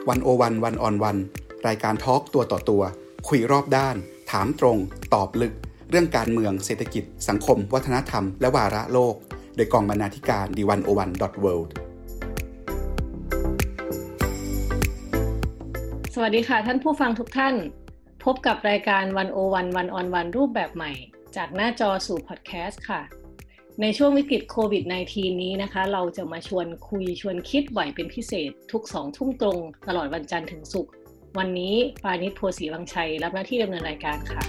101 วันออนวันรายการทอล์กตัวต่อตัวคุยรอบด้านถามตรงตอบลึกเรื่องการเมืองเศรษฐกิจสังคมวัฒนธรรมและวาระโลกโดยกองบรรณาธิการ the101.world สวัสดีค่ะท่านผู้ฟังทุกท่านพบกับรายการ101 วันออนวันรูปแบบใหม่จากหน้าจอสู่พอดแคสต์ค่ะในช่วงวิกฤตโควิด -19 นี้นะคะเราจะมาชวนคุยชวนคิดบ่อยเป็นพิเศษทุก2 ทุ่มตรงตลอดวันจันทร์ถึงศุกร์วันนี้ปานิช โพสีวังชัยรับหน้าที่ดำเนินรายการค่ะ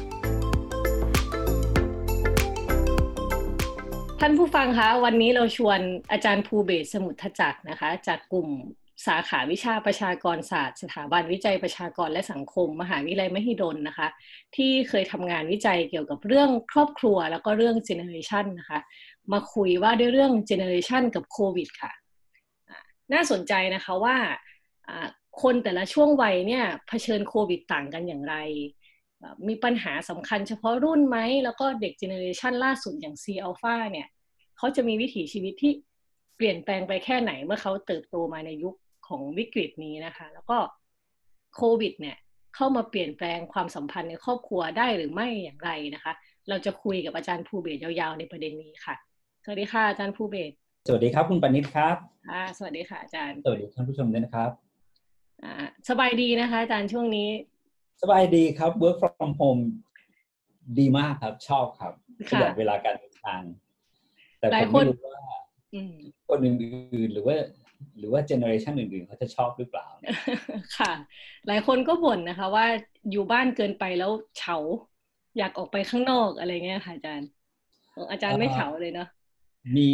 ท่านผู้ฟังคะวันนี้เราชวนอาจารย์ภูเบศรสมุทธจักรนะคะจากกลุ่มสาขาวิชาประชากรศาสตร์สถาบันวิจัยประชากรและสังคมมหาวิทยาลัยมหิดลนะคะที่เคยทำงานวิจัยเกี่ยวกับเรื่องครอบครัวแล้วก็เรื่องเจเนอเรชันนะคะมาคุยว่าด้วยเรื่องเจเนอเรชันกับโควิดค่ะน่าสนใจนะคะว่าคนแต่ละช่วงวัยเนี่ยเผชิญโควิดต่างกันอย่างไรมีปัญหาสำคัญเฉพาะรุ่นไหมแล้วก็เด็กเจเนอเรชันล่าสุดอย่าง C Alpha เนี่ยเขาจะมีวิถีชีวิตที่เปลี่ยนแปลงไปแค่ไหนเมื่อเขาเติบโตมาในยุคของวิกฤตนี้นะคะแล้วก็โควิดเนี่ยเข้ามาเปลี่ยนแปลงความสัมพันธ์ในครอบครัวได้หรือไม่อย่างไรนะคะเราจะคุยกับอาจารย์ภูเบศรยาวๆในประเด็นนี้ค่ะสวัสดีค่ะอาจารย์ภูเบศรสวัสดีครับคุณปณิชครับสวัสดีค่ะอาจารย์สวัสดีท่านผู้ชมด้วยนะครับสบายดีนะคะอาจารย์ช่วงนี้สบายดีครับ work from home ดีมากครับชอบครับประหยัดเวลาการเดินทางแต่ผมไม่รู้ว่าคนอื่นๆหรือว่าเจเนอเรชันอื่นๆเขาจะชอบหรือเปล่าค่ะหลายคนก็บ่นนะคะว่าอยู่บ้านเกินไปแล้วเฉาอยากออกไปข้างนอกอะไรเงี้ยค่ะอาจารย์ไม่เฉาเลยเนาะมี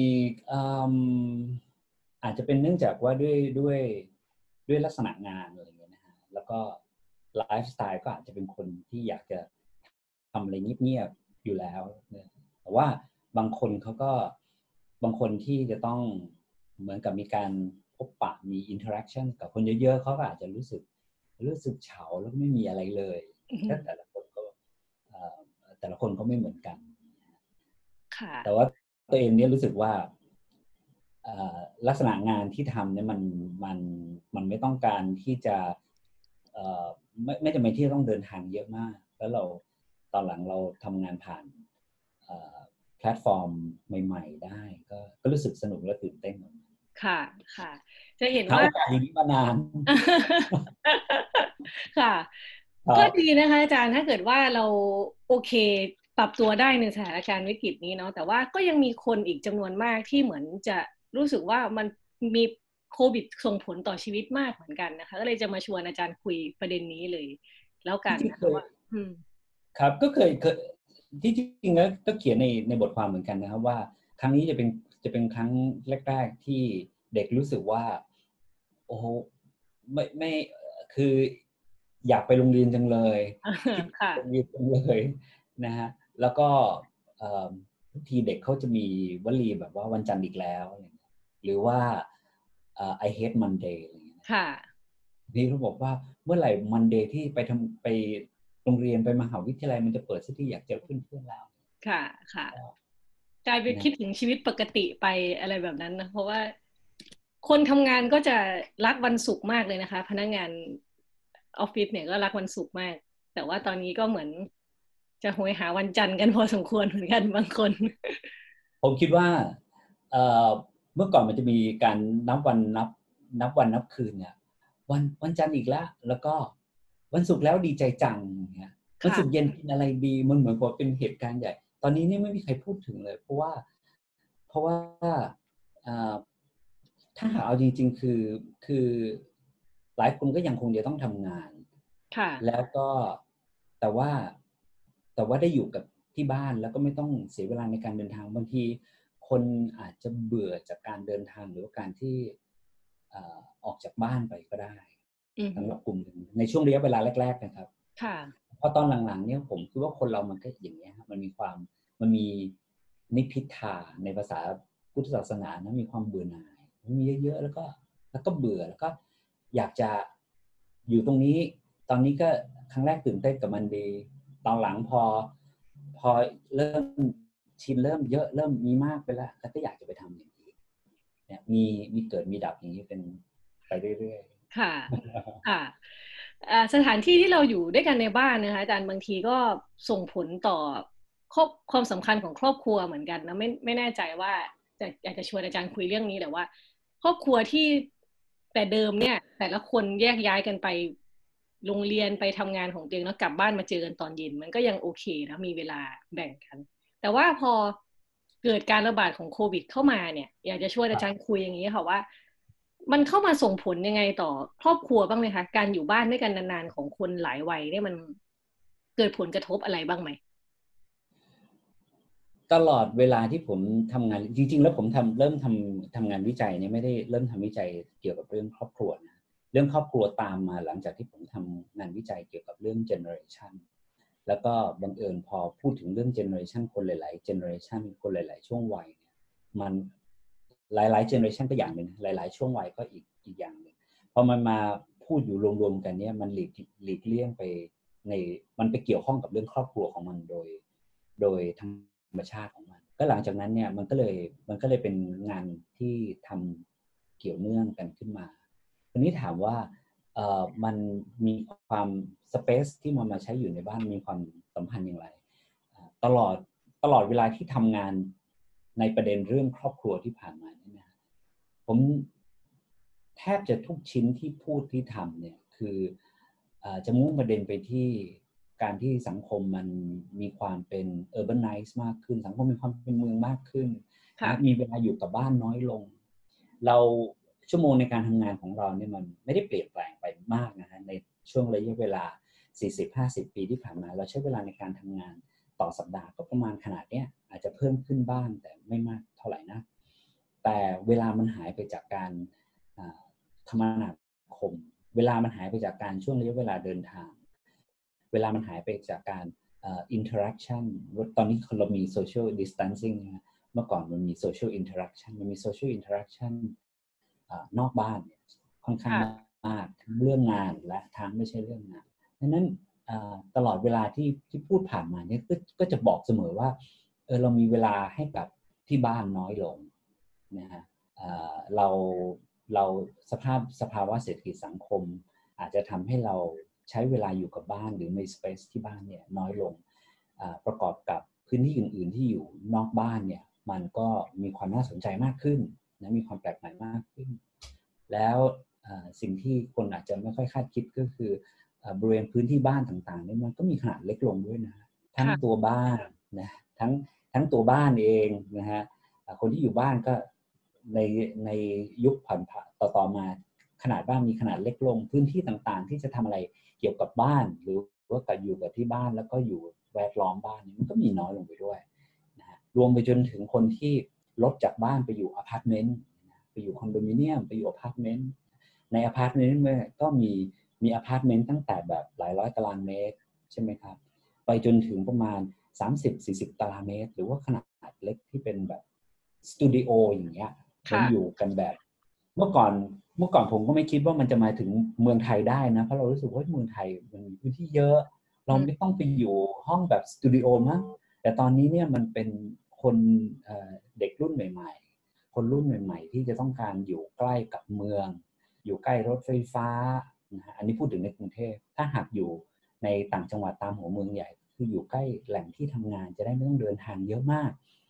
อาจจะเป็นเนื่องจากว่าด้วยลักษณะงานอะไรเงี้ยนะฮะแล้วก็ไลฟ์สไตล์ก็อาจจะเป็นคนที่อยากจะทำอะไรเงียบๆอยู่แล้วแต่ว่าบางคนที่จะต้องเหมือนกับมีการพบปะมีอินเทอร์แอคชั่นกับคนเยอะๆเขาก็อาจจะรู้สึกเฉาแล้วไม่มีอะไรเลยแต่ละคนก็ไม่เหมือนกันแต่ว่าตัวเองเนี่ยรู้สึกว่าลักษณะงานที่ทำเนี่ยมันไม่ต้องการที่จะไม่จำเป็นที่ต้องเดินทางเยอะมากแล้วเราตอนหลังเราทำงานผ่านแพลตฟอร์มใหม่ๆได้ก็รู้สึกสนุกและตื่นเต้นค่ะค่ะจะเห็นว่าอย่างนี้มานานค่ะก็ดีนะคะอาจารย์ถ้าเกิดว่าเราโอเคปรับตัวได้ในสถานการณ์วิกฤตนี้เนาะแต่ว่าก็ยังมีคนอีกจำนวนมากที่เหมือนจะรู้สึกว่ามันมีโควิดส่งผลต่อชีวิตมากเหมือนกันนะคะก็เลยจะมาชวนอาจารย์คุยประเด็นนี้เลยแล้วกันนะคะว่าครับก็เคยที่จริงแล้วก็เขียนในบทความเหมือนกันนะครับว่าครั้งนี้จะเป็นครั้งแรกๆที่เด็กรู้สึกว่าโอ้โหไม่คืออยากไปโรงเรียนจังเลยค่ะโรงเรียนจังเลยนะฮะแล้วก็ทุกทีเด็กเขาจะมีวลีแบบว่าวันจันทร์อีกแล้วหรือว่าI hate Monday อะไรอย่างเงี้ยค่ะนี่เขาบอกว่าเมื่อไหร่ Monday ที่ไปโรงเรียนไปมหาวิทยาลัยมันจะเปิดสักทีอยากเจอเพื่อนๆแล้วค่ะค่ะกลายเป็นคิดถึงชีวิตปกติไปอะไรแบบนั้นนะเพราะว่าคนทำงานก็จะรักวันศุกร์มากเลยนะคะพนักงานออฟฟิศเนี่ยก็รักวันศุกร์มากแต่ว่าตอนนี้ก็เหมือนจะโหยหาวันจันทร์กันพอสมควรเหมือนกันบางคนผมคิดว่าเมื่อก่อนมันจะมีการนับวันคืนเนี่ยวันจันทร์อีกแล้วก็วันศุกร์แล้วดีใจจังเนี่ยวันศุกร์เย็นกินอะไรดีมันเหมือนกับเป็นเหตุการณ์ใหญ่ตอนนี้นี่ไม่มีใครพูดถึงเลยเพราะว่าถ้าหาเอาจริงๆคือหลายคนก็ยังคงจะต้องทำงานแล้วก็แต่ว่าได้อยู่กับที่บ้านแล้วก็ไม่ต้องเสียเวลาในการเดินทางบางทีคนอาจจะเบื่อจากการเดินทางหรือว่าการที่ออกจากบ้านไปก็ได้สำหรับกลุ่มหนึ่งในช่วงระยะเวลาแรกๆนะครับเพราะตอนหลังๆเนี่ยผมคิดว่าคนเรามันก็อย่างนี้ครับมันมีนิพพิทาในภาษาพุทธศาสนานะมีความเบื่อหน่ายมันมีเยอะๆแล้วก็เบื่อแล้วก็อยากจะอยู่ตรงนี้ตอนนี้ก็ครั้งแรกตื่นเต้นกับมันดีตอนหลังพอเริ่มชินเริ่มเยอะเริ่มมีมากไปแล้วก็อยากจะไปทำอย่างนี้เนี่ยมีเกิดมีดับอย่างนี้เป็นไปเรื่อยค่ะค่ะสถานที่ที่เราอยู่ด้วยกันในบ้านนะคะอาจารย์บางทีก็ส่งผลต่อความสำคัญของครอบครัวเหมือนกันนะไม่แน่ใจว่าอยากจะชวนอาจารย์คุยเรื่องนี้แต่ว่าครอบครัวที่แต่เดิมเนี่ยแต่ละคนแยกย้ายกันไปโรงเรียนไปทำงานของตัวเองแล้วกลับบ้านมาเจอกันตอนเย็นมันก็ยังโอเคนะมีเวลาแบ่งกันแต่ว่าพอเกิดการระบาดของโควิดเข้ามาเนี่ยอยากจะชวนอาจารย์คุยอย่างนี้ค่ะว่ามันเข้ามาส่งผลยังไงต่อครอบครัวบ้างไหมคะการอยู่บ้านด้วยกันนานๆของคนหลายวัยเนี่ยมันเกิดผลกระทบอะไรบ้างไหมตลอดเวลาที่ผมทำงานจริงๆแล้วผมเริ่มทำงานวิจัยเนี่ยไม่ได้เริ่มทำวิจัยเกี่ยวกับเรื่องครอบครัวนะเรื่องครอบครัวตามมาหลังจากที่ผมทำงานวิจัยเกี่ยวกับเรื่อง generation แล้วก็บังเอิญพอพูดถึงเรื่อง generation คนหลายๆ generation คนหลายๆช่วงวัยเนี่ยมันหลายๆ generation ก็อย่างนึงหลายๆช่วงวัยก็อีกอย่างนึงพอมันมาพูดอยู่รวมๆกันเนี่ยมันหลีกเลี่ยงไปมันไปเกี่ยวข้องกับเรื่องครอบครัวของมันโดยธรรมชาติของมันก็หลังจากนั้นเนี่ยมันก็เลยเป็นงานที่ทำเกี่ยวเนื่องกันขึ้นมาทีนี้ถามว่ามันมีความสเปซที่มันมาใช้อยู่ในบ้านมีความสัมพันธ์อย่างไรตลอดเวลาที่ทำงานในประเด็นเรื่องครอบครัวที่ผ่านมาเนี่ยนะผมแทบจะทุกชิ้นที่พูดที่ทำเนี่ยคือจะมุ่งประเด็นไปที่การที่สังคมมันมีความเป็น urbanize มากขึ้นสังคมมีความเป็นเมืองมากขึ้นมีเวลาอยู่กับบ้านน้อยลงเราชั่วโมงในการทำงานของเราเนี่ยมันไม่ได้เปลี่ยนแปลงไปมากนะฮะในช่วงระยะเวลา 40-50 ปีที่ผ่านมาเราใช้เวลาในการทำงานต่อสัปดาห์ก็ประมาณขนาดเนี้ยอาจจะเพิ่มขึ้นบ้างแต่ไม่มากเท่าไหร่นะแต่เวลามันหายไปจากการคมนาคมเวลามันหายไปจากการช่วงระยะเวลาเดินทางเวลามันหายไปจากการinteraction ตอนนี้เรามี social distancing นะเมื่อก่อนมันมี social interaction มันมี social interaction นอกบ้านค่อนข้างมากทั้งเรื่องงานและทั้งไม่ใช่เรื่องงานดังนั้นตลอดเวลาที่พูดผ่านมาเนี่ยก็จะบอกเสมอว่าเรามีเวลาให้กับที่บ้านน้อยลงนะฮะเราสภาวะเศรษฐกิจสังคมอาจจะทำให้เราใช้เวลาอยู่กับบ้านหรือในสเปซที่บ้านเนี่ยน้อยลงประกอบกับพื้นที่อื่นๆที่อยู่นอกบ้านเนี่ยมันก็มีความน่าสนใจมากขึ้นนะมีความแปลกใหม่มากขึ้นแล้วสิ่งที่คนอาจจะไม่ค่อยคาดคิดก็คือบริเวณพื้นที่บ้านต่างๆนี่มันก็มีขนาดเล็กลงด้วยนะทั้งตัวบ้านนะทั้งตัวบ้านเองนะฮะคนที่อยู่บ้านก็ในยุคผ่านต่อมาขนาดบ้านมีขนาดเล็กลงพื้นที่ต่างๆที่จะทำอะไรเกี่ยวกับบ้านหรือว่ากับอยู่กับที่บ้านแล้วก็อยู่แวดล้อมบ้านมันก็มีน้อยลงไปด้วยนะฮะรวมไปจนถึงคนที่ลดจากบ้านไปอยู่อพาร์ตเมนต์ไปอยู่คอนโดมิเนียมไปอยู่อพาร์ตเมนต์ในอพาร์ตเมนต์ก็มีอพาร์ตเมนต์ตั้งแต่แบบหลายร้อยตารางเมตรใช่ไหมครับไปจนถึงประมาณ 30-40 ตารางเมตรหรือว่าขนาดเล็กที่เป็นแบบสตูดิโออย่างเงี้ยผมอยู่กันแบบเมื่อก่อนผมก็ไม่คิดว่ามันจะมาถึงเมืองไทยได้นะเพราะเรารู้สึกว่าเมืองไทยมันมีพื้นที่เยอะเราไม่ต้องไปอยู่ห้องแบบสตูดิโอมั้งแต่ตอนนี้เนี่ยมันเป็นคนเด็กรุ่นใหม่ๆคนรุ่นใหม่ๆที่จะต้องการอยู่ใกล้กับเมืองอยู่ใกล้รถไฟฟ้านะอันนี้พูดถึงในกรุงเทพถ้าหากอยู่ในต่างจังหวัดตามหัวเมืองใหญ่คืออยู่ใกล้แหล่งที่ทำงานจะได้ไม่ต้องเดินทางเยอะมาก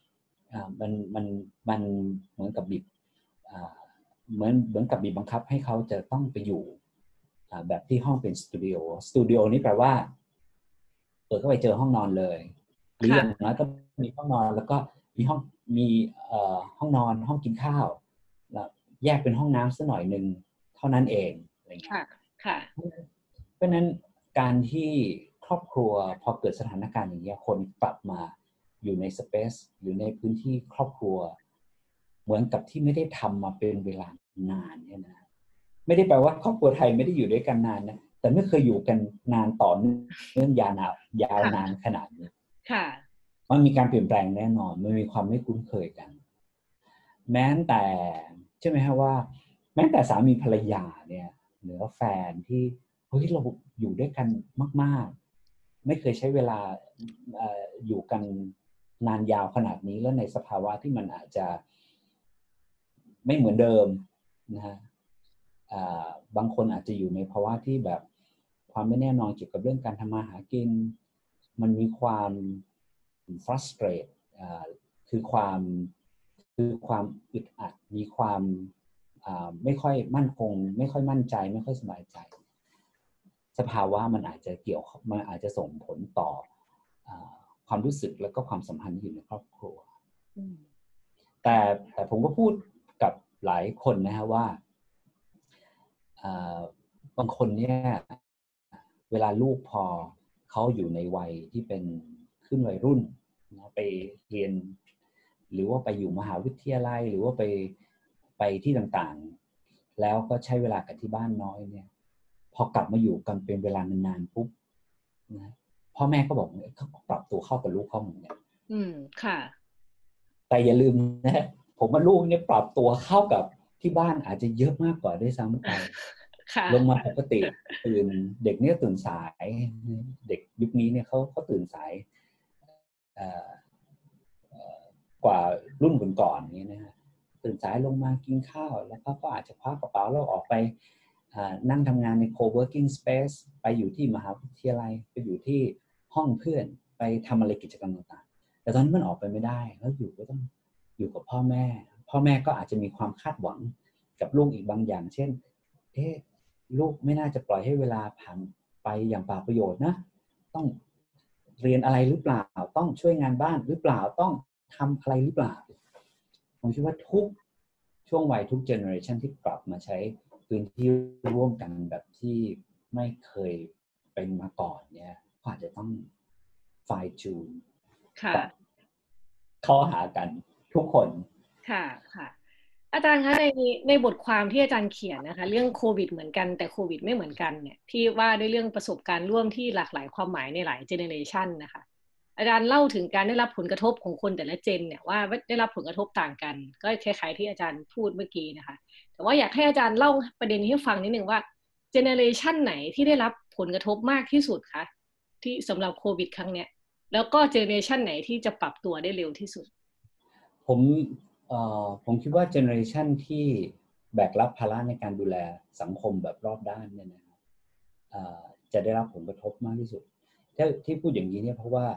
มันเหมือนกับบีบเหมือนกับบีบบังคับให้เขาจะต้องไปอยู่แบบที่ห้องเป็นสตูดิโอนี่แปลว่าเปิดเข้าไปเจอห้องนอนเลยหรืออย่างน้อยก็มีห้องนอนแล้วก็มีห้องนอนห้องกินข้าวแล้วแยกเป็นห้องน้ำสักหน่อยนึงเท่านั้นเองอะไรเงี้ยเพราะนั้นการที่ครอบครัวพอเกิดสถานการณ์อย่างเงี้ยคนกลับมาอยู่ในสเปซหรือในพื้นที่ครอบครัวเหมือนกับที่ไม่ได้ทำมาเป็นเวลานานเนี่ยนะไม่ได้แปลว่าครอบครัวไทยไม่ได้อยู่ด้วยกันนานนะแต่ไม่เคยอยู่กันนานต่อเนื่องยาวนานขนาดนี้มันมีการเปลี่ยนแปลงแน่นอนมันมีความไม่คุ้นเคยกันแม้แต่ใช่ไหมฮะว่าแม้แต่สามีภรรยาเนี่ยหรือแฟนที่เฮ้ยเราอยู่ด้วยกันมากๆไม่เคยใช้เวลาอยู่กันนานยาวขนาดนี้แล้วในสภาวะที่มันอาจจะไม่เหมือนเดิมนะฮะบางคนอาจจะอยู่ในภาวะที่แบบความไม่แน่นอนเกี่ยวกับเรื่องการทำมาหากินมันมีความ frustrate คือความอึดอัดมีความไม่ค่อยมั่นคงไม่ค่อยมั่นใจไม่ค่อยสบายใจสภาวะมันอาจจะส่งผลต่อความรู้สึกแล้วก็ความสัมพันธ์ที่อยู่ในครอบครัวแต่ผมก็พูดกับหลายคนนะฮะว่าบางคนเนี่ยเวลาลูกพอเขาอยู่ในวัยที่เป็นขึ้นวัยรุ่นนะไปเรียนหรือว่าไปอยู่มหาวิทยาลัยหรือว่าไปที่ต่างๆแล้วก็ใช้เวลากับที่บ้านน้อยเนี่ยพอกลับมาอยู่กันเป็นเวลานานๆปุ๊บนะพ่อแม่ก็บอกเขาปรับตัวเข้ากับลูกเขาเหมือนกันค่ะแต่อย่าลืมนะผมว่าลูกเนี่ยปรับตัวเข้ากับที่บ้านอาจจะเยอะมากกว่าด้วยซ้ำไปลงมาปกติตื่นเด็กเนี่ยตื่นสายเด็กยุคนี้เนี่ยเขาตื่นสายกว่ารุ่นก่อนๆนี้นะฮะตื่นสายลงมากินข้าวแล้วก็อาจจะคว้ากระเป๋าแล้วออกไปนั่งทำงานใน co-working space ไปอยู่ที่มหาวิทยาลัยไปอยู่ที่ห้องเพื่อนไปทำอะไรกิจกรรมต่างๆแต่ตอนนี้มันออกไปไม่ได้แล้วก็ต้องอยู่กับพ่อแม่ก็อาจจะมีความคาดหวังกับลูกอีกบางอย่างเช่นลูกไม่น่าจะปล่อยให้เวลาผ่านไปอย่างเปล่าประโยชน์นะต้องเรียนอะไรหรือเปล่าต้องช่วยงานบ้านหรือเปล่าต้องทำอะไรหรือเปล่าผมคิดว่าทุกช่วงวัยทุกเจเนอเรชันที่กลับมาใช้พื้นที่ร่วมกันแบบที่ไม่เคยเป็นมาก่อนเนี่ยก็อาจจะต้องไฟจูนเข้าหากันทุกคนค่ะอาจารย์คะในบทความที่อาจารย์เขียนนะคะเรื่องโควิดเหมือนกันแต่โควิดไม่เหมือนกันเนี่ยที่ว่าด้วยเรื่องประสบการณ์ร่วมที่หลากหลายความหมายในหลายเจเนอเรชันนะคะอาจารย์เล่าถึงการได้รับผลกระทบของคนแต่ละเจนเนี่ยว่าได้รับผลกระทบต่างกันก็คล้ายๆที่อาจารย์พูดเมื่อกี้นะคะแต่ว่าอยากให้อาจารย์เล่าประเด็นนี้ให้ฟังนิดนึงว่าเจเนอเรชันไหนที่ได้รับผลกระทบมากที่สุดคะที่สำหรับโควิดครั้งเนี้ยแล้วก็เจเนอเรชันไหนที่จะปรับตัวได้เร็วที่สุดผมคิดว่าเจเนอเรชันที่แบกรับภาระในการดูแลสังคมแบบรอบด้านเนี่ยนะจะได้รับผลกระทบมากที่สุดที่พูดอย่างนี้เนี่ยเพราะว่า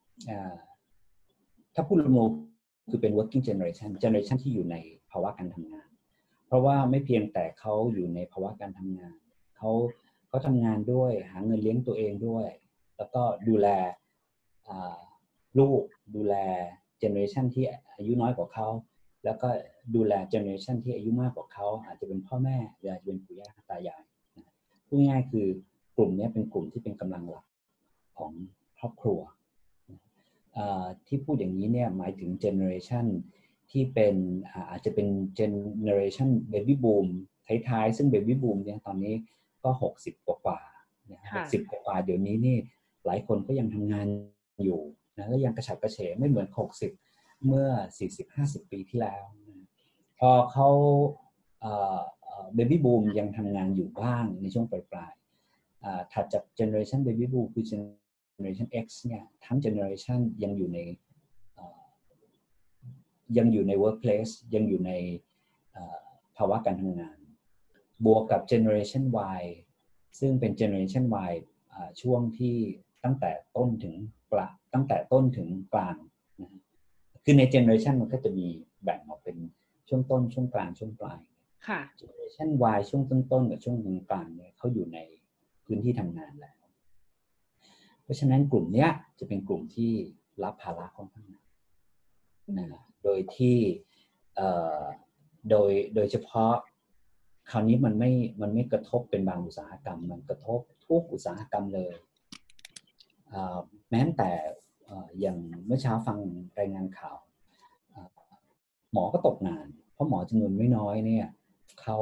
ถ้าพูดรวมๆคือเป็น working generation ที่อยู่ในภาวะการทำงานเพราะว่าไม่เพียงแต่เขาอยู่ในภาวะการทำงานเขาทำงานด้วยหาเงินเลี้ยงตัวเองด้วยแล้วก็ดูแลลูกดูแลเจเนอเรชันที่อายุน้อยกว่าเขาแล้วก็ดูแลเจเนอเรชันที่อายุมากกว่าเขาอาจจะเป็นพ่อแม่หรืออาจจะเป็นปู่ย่าตายายพูดง่ายๆคือกลุ่มนี้เป็นกลุ่มที่เป็นกำลังหลักของครอบครัวที่พูดอย่างนี้เนี่ยหมายถึงเจเนอเรชันที่เป็นอาจจะเป็นเจเนอเรชันเบบี้บูมท้ายๆซึ่งเบบี้บูมเนี่ยตอนนี้ก็60กว่า60กว่าเดี๋ยวนี้นี่หลายคนก็ยังทำงานอยู่นะแล้วยังกระฉับกระเฉงไม่เหมือน60เมื่อ 40-50 ปีที่แล้วนะพอเขาเบบี้บูมยังทำงานอยู่บ้างในช่วงปลายๆถัดจากเจเนอเรชันเบบี้บูมคือGeneration X เนี่ยทั้ง Generation ยังอยู่ใน workplace ยังอยู่ในภาวะการทำงานบวกกับ Generation Y ซึ่งเป็น Generation Y ช่วงที่ตั้งแต่ต้นถึงกลางนะคือใน Generation มันก็จะมีแบ่งออกเป็นช่วงต้นช่วงกลางช่วงปลายค่ะ Generation Y ช่วงต้นกับช่วงกลางเนี่ยเขาอยู่ในพื้นที่ทำงานแล้วเพราะฉะนั้นกลุ่มนี้จะเป็นกลุ่มที่รับภาระค่อนข้างหนักนะโดยที่โดยเฉพาะคราวนี้มันไม่กระทบเป็นบางอุตสาหกรรมมันกระทบทุกอุตสาหกรรมเลยแม้แต่อย่างเมื่อเช้าฟังรายงานข่าวหมอก็ตกงานเพราะหมอจำนวนไม่น้อยเนี่ยเขา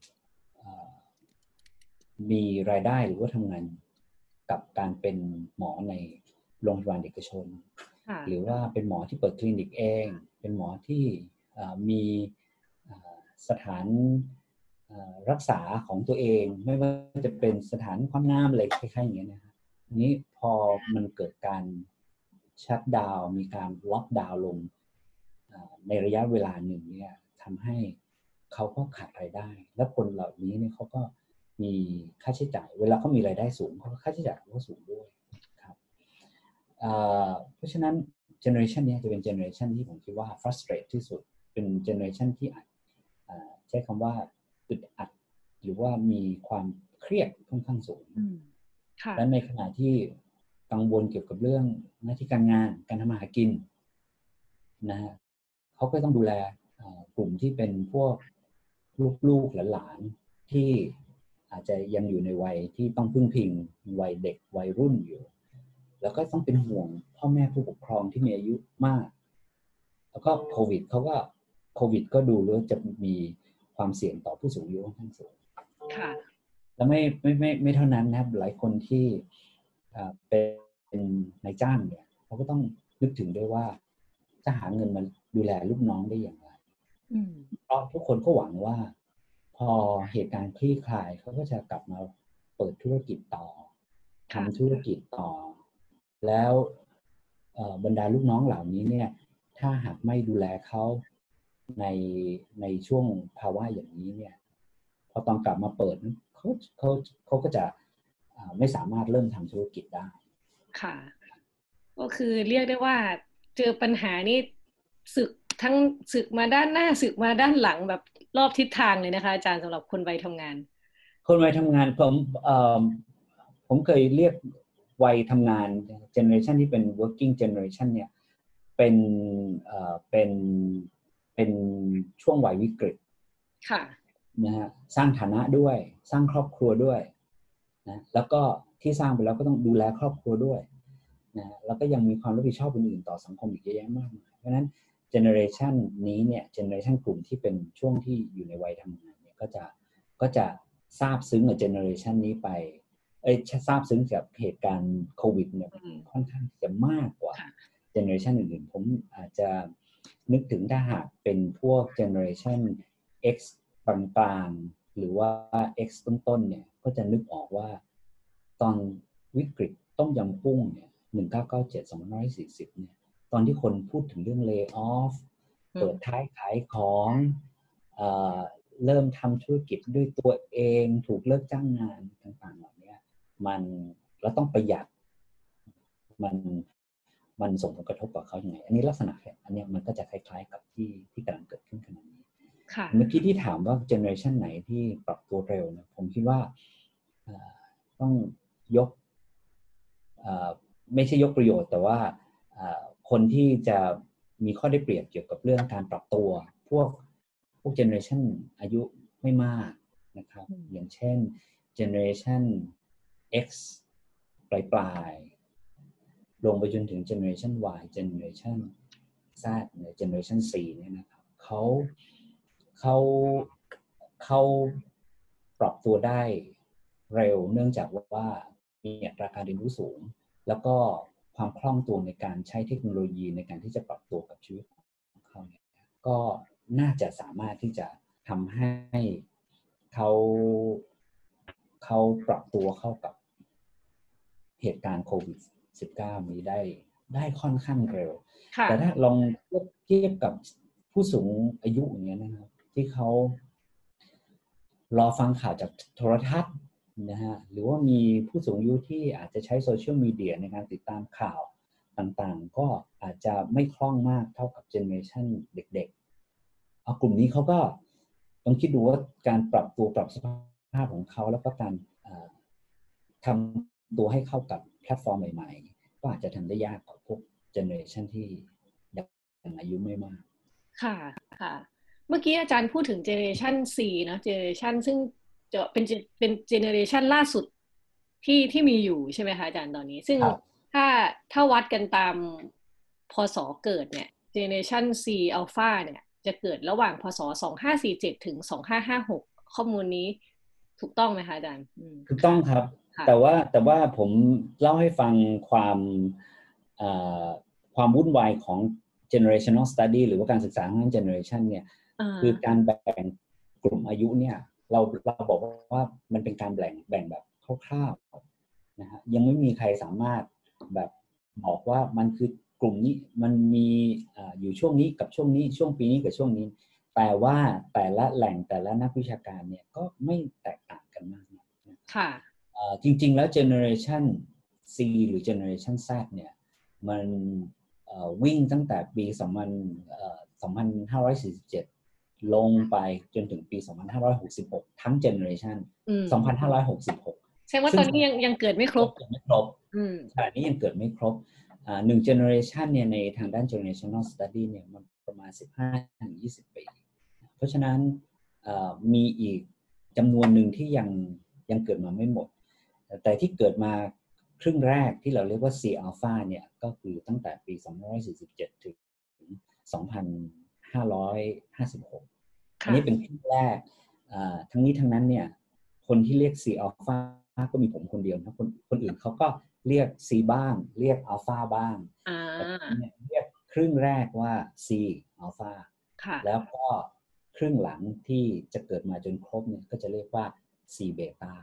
มีรายได้หรือว่าทำงานกับการเป็นหมอในโรงพยาบาลเอกชนหรือว่าเป็นหมอที่เปิดคลินิกเองเป็นหมอที่มีสถานรักษาของตัวเองไม่ว่าจะเป็นสถานความงามอะไรคล้ายๆอย่างเงี้ยนะครับทีนี้พอมันเกิดการชัตดาวน์มีการล็อกดาวน์ลงในระยะเวลาหนึ่งเนี่ยทำให้เขาก็ขาดรายได้และคนเหล่านี้เนี่ยเขาก็มีค่าใช้จ่ายเวลาเขามีรายได้สูงเขาค่าใช้จ่ายก็สูงด้วยครับเพราะฉะนั้นเจเนอเรชันนี้จะเป็นเจเนอเรชันที่ผมคิดว่า frustrate ที่สุดเป็นเจเนอเรชันที่ใช้คำว่าอึดอัดหรือว่ามีความเครียดค่อนข้างสูงและในขณะที่กังวลเกี่ยวกับเรื่องหน้าที่การงานการทำมาหากินนะฮะเขาก็ต้องดูแลกลุ่มที่เป็นพวกลูกหลานที่อาจจะยังอยู่ในวัยที่ต้องพึ่งพิงวัยเด็กวัยรุ่นอยู่แล้วก็ต้องเป็นห่วงพ่อแม่ผู้ปกครองที่มีอายุมากแล้วก็โควิดก็ดูแล้วจะมีความเสี่ยงต่อผู้สูงอายุค่อนข้างสูงค่ะแล้วไม่เท่านั้นนะครับหลายคนที่เป็นนายจ้างเนี่ยเขาก็ต้องนึกถึงด้วยว่าจะหาเงินมาดูแลลูกน้องได้อย่างไรเพราะทุกคนก็หวังว่าพอเหตุการณ์คลี่คลายเขาก็จะกลับมาเปิดธุรกิจต่อทำธุรกิจต่อแล้วบรรดาลูกน้องเหล่านี้เนี่ยถ้าหากไม่ดูแลเขาในช่วงภาวะอย่างนี้เนี่ยพอตอนกลับมาเปิดเขาก็จะไม่สามารถเริ่มทำธุรกิจได้ค่ะก็คือเรียกได้ว่าเจอปัญหานี้ศึกมาด้านหน้าศึกมาด้านหลังแบบรอบทิศทางเลยนะคะอาจารย์สำหรับคนวัยทำงานผมเคยเรียกวัยทำงานเจเนอเรชันที่เป็น working generation เนี่ยเป็นช่วงวัยวิกฤตค่ะนะฮะสร้างฐานะด้วยสร้างครอบครัวด้วยนะแล้วก็ที่สร้างไปแล้วก็ต้องดูแลครอบครัวด้วยนะแล้วก็ยังมีความรับผิดชอบอื่นๆต่อสังคมอีกเยอะแยะมากมายเพราะฉะนั้นเจเนอเรชันนี้เนี่ยเจเนอเรชันกลุ่มที่เป็นช่วงที่อยู่ในวัยทำงานเนี่ยก็จะซาบซึ้งกับเจเนอเรชันนี้ไปทราบซึ้งกับเหตุการณ์โควิดเนี่ยค่อนข้างจะมากกว่าเจเนอเรชันอื่นๆผมอาจจะนึกถึงถ้าหากเป็นพวกเจเนอเรชัน X กลางๆหรือว่า X ต้นๆเนี่ยก็จะนึกออกว่าตอนวิกฤตต้มยำกุ้งเนี่ย1997 2540เนี่ยตอนที่คนพูดถึงเรื่อง lay off เปิดท้ายขายของเริ่มทำธุรกิจด้วยตัวเองถูกเลิกจ้างงานต่างๆเหล่านี้แล้วต้องประหยัดมันส่งผลกระทบกับเขาอย่างไรอันนี้ลักษณะอันนี้มันก็จะคล้ายๆกับที่กำลังเกิดขึ้นขณะนี้เมื่อกี้ที่ถามว่าเจเนอเรชันไหนที่ปรับตัวเร็วนะผมคิดว่าต้องยกไม่ใช่ยกประโยชน์แต่ว่าคนที่จะมีข้อได้เปรียบเกี่ยวกับเรื่องการปรับตัวพวกเจเนอเรชันอายุไม่มากนะครับอย่างเช่นเจเนอเรชัน X ปลายลงไปจนถึงเจเนอเรชัน Y เจเนอเรชัน Z เจเนอเรชัน C เนี่ยนะครับเขาปรับตัวได้เร็วเนื่องจากว่ามีอัตราการเรียนรู้สูงแล้วก็ความคล่องตัวในการใช้เทคโนโลยีในการที่จะปรับตัวกับชีวิตของเขาเนี่ยก็น่าจะสามารถที่จะทำให้เขาปรับตัวเข้ากับเหตุการณ์โควิด-19 นี้ได้ค่อนข้างเร็วแต่ถ้าลองเทียบกับผู้สูงอายุอย่างเงี้ยนะครับที่เขารอฟังข่าวจากโทรทัศน์นะฮะหรือว่ามีผู้สูงอายุที่อาจจะใช้โซเชียลมีเดียในการติดตามข่าวต่างๆก็อาจจะไม่คล่องมากเท่ากับเจเนอเรชันเด็กๆกลุ่มนี้เขาก็ต้องคิดดูว่าการปรับตัวปรับสภาพของเขาแล้วก็การทำตัวให้เข้ากับแพลตฟอร์มใหม่ๆก็อาจจะทำได้ยากกว่าพวกเจเนอเรชันที่ยังอายุไม่มากค่ะเมื่อกี้อาจารย์พูดถึงเจเนอเรชัน C นะเจเนอเรชันซึ่งจะเป็นเจเนอเรชันล่าสุดที่มีอยู่ใช่ไหมคะอาจารย์ตอนนี้ซึ่งถ้าวัดกันตามพศเกิดเนี่ยเจเนอเรชัน C อัลฟาเนี่ยจะเกิดระหว่างพศ2547ถึง2556ข้อมูลนี้ถูกต้องไหมคะอาจารย์ถูกต้องครับแต่ว่าผมเล่าให้ฟังความวุ่นวายของ generational study หรือว่าการศึกษาทาง generation เนี่ยคือการแบ่งกลุ่มอายุเนี่ยเราบอกว่ามันเป็นการแบ่งแบบคร่าวๆนะฮะยังไม่มีใครสามารถแบบบอกว่ามันคือกลุ่มนี้มันมีอยู่ช่วงนี้กับช่วงนี้ช่วงปีนี้กับช่วงนี้แต่ว่าแต่ละแหล่งแต่ละนักวิชาการเนี่ยก็ไม่แตกต่างกันมากนะค่ะจริงๆแล้ว Generation C หรือ Generation Z เนี่ยมันวิ่งตั้งแต่ปี2547ลงไปจนถึงปี2566ทั้ง Generation 2566 ใช่ว่าตอนนี้ยังเกิดไม่ครบขณะนี้ยังเกิดไม่ครบ1 generation เนี่ยในทางด้าน generational study เนี่ยมันประมาณ 15-20 ปีเพราะฉะนั้นมีอีกจำนวนหนึ่งที่ยังเกิดมาไม่หมดแต่ที่เกิดมาครึ่งแรกที่เราเรียกว่า C alpha เนี่ยก็คือตั้งแต่ปี2547ถึง2556อันนี้เป็นครึ่งแรกทั้งนี้ทั้งนั้นเนี่ยคนที่เรียก C alpha ก็มีผมคนเดียวนะคนอื่นเขาก็เรียก C บ้างเรียก alpha บ้างเรียกครึ่งแรกว่า C alpha แล้วก็ครึ่งหลังที่จะเกิดมาจนครบเนี่ยก็จะเรียกว่า C beta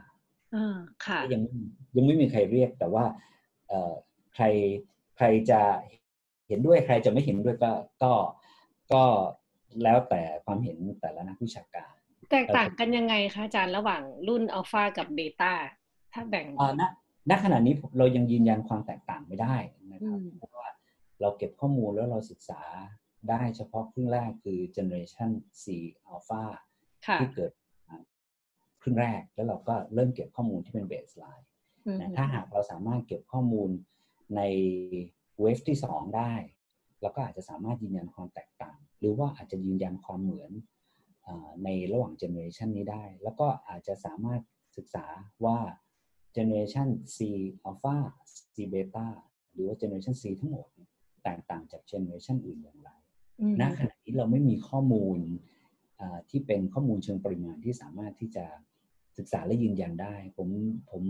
ยังไม่มีใครเรียกแต่ว่าใครจะเห็นด้วยใครจะไม่เห็นด้วยก็แล้วแต่ความเห็นแต่ละนักวิชาการแตกต่างกันยังไงคะอาจารย์ระหว่างรุ่นอัลฟากับเบต้าถ้าแบ่งณขณะนี้เรายังยืนยันความแตกต่างไม่ได้นะครับเพราะว่าเราเก็บข้อมูลแล้วเราศึกษาได้เฉพาะครึ่งแรกคือ Generation C Alpha ที่เกิดครึ่งแรกแล้วเราก็เริ่มเก็บข้อมูลที่เป็นเบสไลน์นะถ้าหากเราสามารถเก็บข้อมูลในเวฟที่2ได้เราก็อาจจะสามารถยืนยันความแตกต่างหรือว่าอาจจะยืนยันความเหมือนในระหว่างเจเนอเรชันนี้ได้แล้วก็อาจจะสามารถศึกษาว่า Generation C Alpha C Beta หรือว่า Generation C ทั้งหมดแตกต่างจาก Generation อื่นอย่างไรณขณะนี้เราไม่มีข้อมูลที่เป็นข้อมูลเชิงปริมาณที่สามารถที่จะศึกษาและยืนยันได้ผม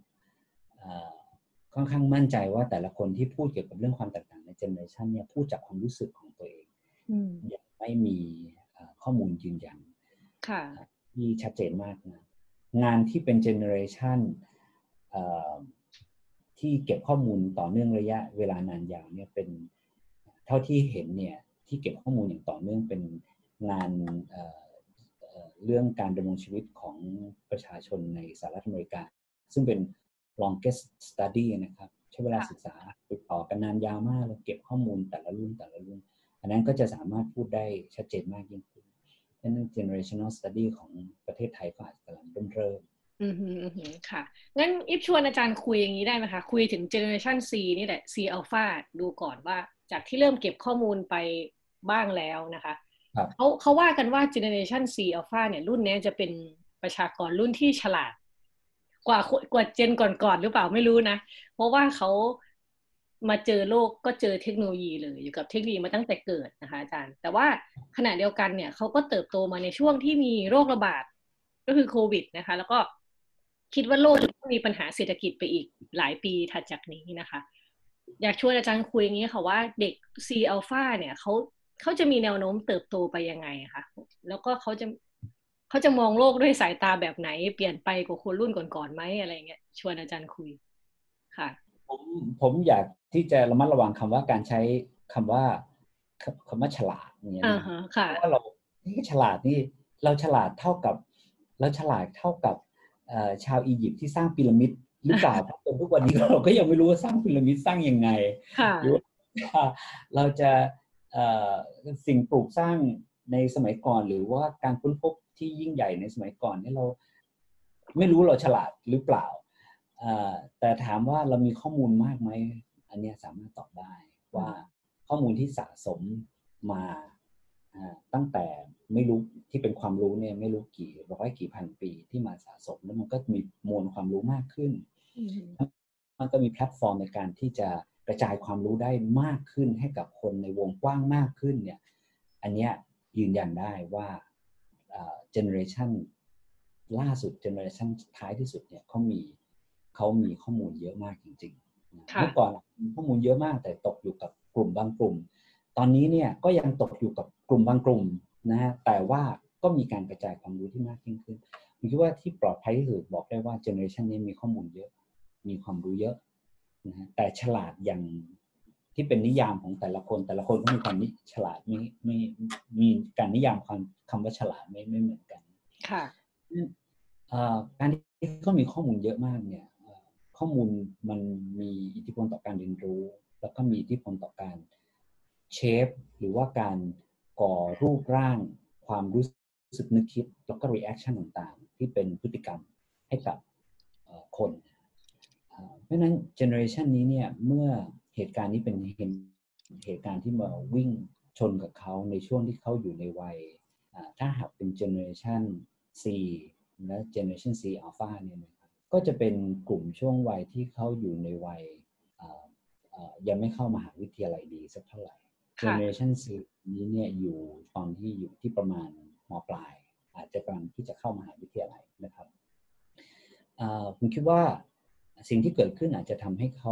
ค่อนข้างมั่นใจว่าแต่ละคนที่พูดเกี่ยวกับเรื่องความแตกต่างใน Generation เนี่ยพูดจากความรู้สึกของตัวเองยังไม่มีข้อมูลยืนยันที่ชัดเจนมากนะงานที่เป็น Generation ที่เก็บข้อมูลต่อเนื่องระยะเวลานานยาวเนี่ยเป็นเท่าที่เห็นเนี่ยที่เก็บข้อมูลอย่างต่อเนื่องเป็นงานเรื่องการดำรงชีวิตของประชาชนในสหรัฐอเมริกาซึ่งเป็น longest study นะครับใช้เวลาศึกษาติดต่อกันนานยาวมากเลยเก็บข้อมูลแต่ละรุ่นอันนั้นก็จะสามารถพูดได้ชัดเจนมากยิ่งขึ้นดังนั้น generational study ของประเทศไทยก็อาจจะกำลังเริ่มค่ะงั้นอิฟชวนอาจารย์คุยอย่างนี้ได้ไหมคะคุยถึง generation C นี่แหละ C alpha ดูก่อนว่าจากที่เริ่มเก็บข้อมูลไปบ้างแล้วนะคะเขาว่ากันว่า generation C alpha เนี่ยรุ่นนี้จะเป็นประชากรรุ่นที่ฉลาดกว่าเจนก่อนหรือเปล่าไม่รู้นะเพราะว่าเขามาเจอโลกก็เจอเทคโนโลยีเลยอยู่กับเทคโนโลยีมาตั้งแต่เกิดนะคะอาจารย์แต่ว่าขณะเดียวกันเนี่ยเขาก็เติบโตมาในช่วงที่มีโรคระบาดก็คือโควิดนะคะแล้วก็คิดว่าโลกจะมีปัญหาเศรษฐกิจไปอีกหลายปีถัดจากนี้นะคะอยากชวนอาจารย์คุยอย่างนี้ค่ะว่าเด็ก C alpha เนี่ยเขาจะมีแนวโน้มเติบโตไปยังไงคะแล้วก็เขาจะมองโลกด้วยสายตาแบบไหนเปลี่ยนไปกว่าคนรุ่นก่อนๆไหมอะไรเงี้ยชวนอาจารย์คุยค่ะผมอยากที่จะระมัดระวังคำว่าการใช้คำว่าฉลาดอย่างเงี้ยนะเพราะว่าเราที่ฉลาดนี่เราฉลาดเท่ากับชาวอียิปต์ที่สร้างพีระมิดหรือเปล่าเพราะจนทุกวันนี้เราก็ยังไม่รู้ว่าสร้างพีระมิดสร้างยังไงหรือว่าเราจะสิ่งปลูกสร้างในสมัยก่อนหรือว่าการค้นพบที่ยิ่งใหญ่ในสมัยก่อนนี่เราไม่รู้เราฉลาดหรือเปล่าแต่ถามว่าเรามีข้อมูลมากไหมอันนี้สามารถตอบได้ว่าข้อมูลที่สะสมมาตั้งแต่ไม่รู้ที่เป็นความรู้เนี่ยไม่รู้กี่ร้อยกี่พันปีที่มาสะสมแล้วมันก็มีมวลความรู้มากขึ้นมันก็มีแพลตฟอร์มในการที่จะกระจายความรู้ได้มากขึ้นให้กับคนในวงกว้างมากขึ้นเนี่ยอันนี้ยืนยันได้ว่าเจเนอเรชันล่าสุดเจเนอเรชันท้ายที่สุดเนี่ยเขามีข้อมูลเยอะมากจริงๆเมื่อก่อนมีข้อมูลเยอะมากแต่ตกอยู่กับกลุ่มบางกลุ่มตอนนี้เนี่ยก็ยังตกอยู่กับกลุ่มบางกลุ่มนะฮะแต่ว่าก็มีการกระจายความรู้ที่มากยิ่งขึ้นผมคิดว่าที่ปลอดภัยที่สุดบอกได้ว่าเจเนอเรชันนี้มีข้อมูลเยอะมีความรู้เยอะนะฮะแต่ฉลาดอย่างที่เป็นนิยามของแต่ละคนก็มีความฉลาดไม่มีการนิยามความคำว่าฉลาดไม่เหมือนกันค่ะการที่เขามีข้อมูลเยอะมากเนี่ยข้อมูลมันมีอิทธิพลต่อการเรียนรู้แล้วก็มีอิทธิพลต่อการเชฟหรือว่าการก่อรูปร่างความรู้สึกนึกคิดแล้วก็ reaction ต่างๆที่เป็นพฤติกรรมให้กับคนเพราะฉะนั้น generation นี้เนี่ยเมื่อเหตุการณ์นี้เป็นเหตุการณ์ที่มาวิ่งชนกับเขาในช่วงที่เขาอยู่ในวัยถ้าหากเป็น generation C และ generation C alpha เนี่ยนะครับก็จะเป็นกลุ่มช่วงวัยที่เขาอยู่ในวัยยังไม่เข้ามหาวิทยาลัยดีสักเท่าไหร่ generation C นี้เนี่ยอยู่ตอนที่อยู่ที่ประมาณม.ปลายอาจจะกำลังที่จะเข้ามหาวิทยาลัยนะครับผมคิดว่าสิ่งที่เกิดขึ้นอาจจะทำให้เขา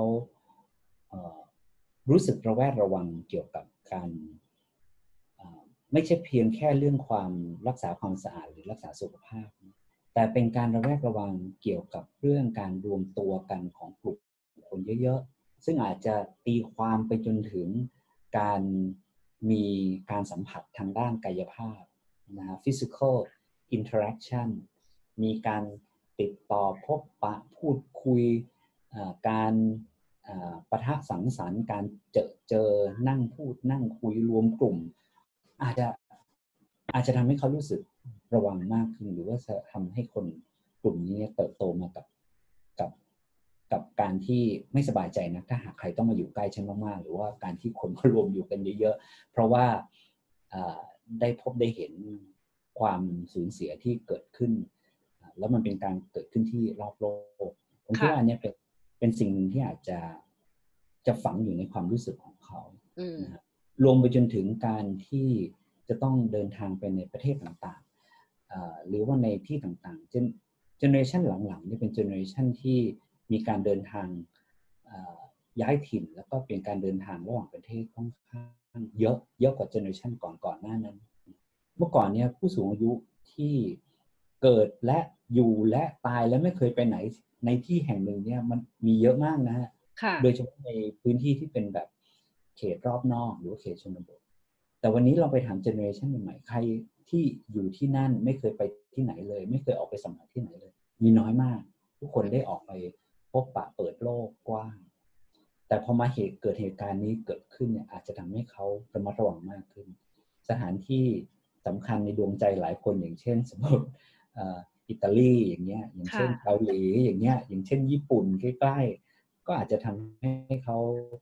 รู้สึกระแวดระวังเกี่ยวกับการไม่ใช่เพียงแค่เรื่องความรักษาความสะอาดหรือรักษาสุขภาพแต่เป็นการระแวดระวังเกี่ยวกับเรื่องการรวมตัวกันของกลุ่มคนเยอะๆซึ่งอาจจะตีความไปจนถึงการมีการสัมผัสทางด้านกายภาพนะ physical interaction มีการติดต่อพบปะพูดคุยการปะทะสังสรรค์การเจอนั่งพูดนั่งคุยรวมกลุ่มอาจจะทำให้เขารู้สึกระวังมากขึ้นหรือว่าจะทำให้คนกลุ่มนี้เติบโตมากับการที่ไม่สบายใจนะถ้าหากใครต้องมาอยู่ใกล้ฉันมากๆหรือว่าการที่คนมารวมอยู่กันเยอะๆเพราะว่าได้พบได้เห็นความสูญเสียที่เกิดขึ้นแล้วมันเป็นการเกิดขึ้นที่รอบโลกผมคิดว่าอันนี้เป็นสิ่งหนึ่งที่อาจจะฝังอยู่ในความรู้สึกของเขานะรวมไปจนถึงการที่จะต้องเดินทางไปในประเทศต่างๆหรือว่าในที่ต่างๆเจเนอเรชันหลังๆนี่เป็นเจเนอเรชันที่มีการเดินทางย้ายถิ่นแล้วก็เป็นการเดินทางระหว่างประเทศค่อนข้างเยอะกว่าเจเนอเรชันก่อนหน้านั้นเมื่อก่อนเนี่ยผู้สูงอายุที่เกิดและอยู่และตายและไม่เคยไปไหนในที่แห่งหนึ่งเนี่ยมันมีเยอะมากนะฮะโดยเฉพาะในพื้นที่ที่เป็นแบบเขตรอบนอกหรือว่าเขตชนบทแต่วันนี้เราไปถามเจเนอเรชันใหม่ๆใครที่อยู่ที่นั่นไม่เคยไปที่ไหนเลยไม่เคยออกไปสัมผัสที่ไหนเลยมีน้อยมากทุกคนได้ออกไปพบปะเปิดโลกกว้างแต่พอมาเกิดเหตุการณ์นี้เกิดขึ้นเนี่ยอาจจะทำให้เขาระมัดระวังมากขึ้นสถานที่สำคัญในดวงใจหลายคนอย่างเช่นสมมติอิตาลีอย่างเงี้ยอย่างเช่นเกาหลีอย่างเงี้ยอย่างเช่นญี่ปุ่นใกล้ๆก็อาจจะทำให้เขา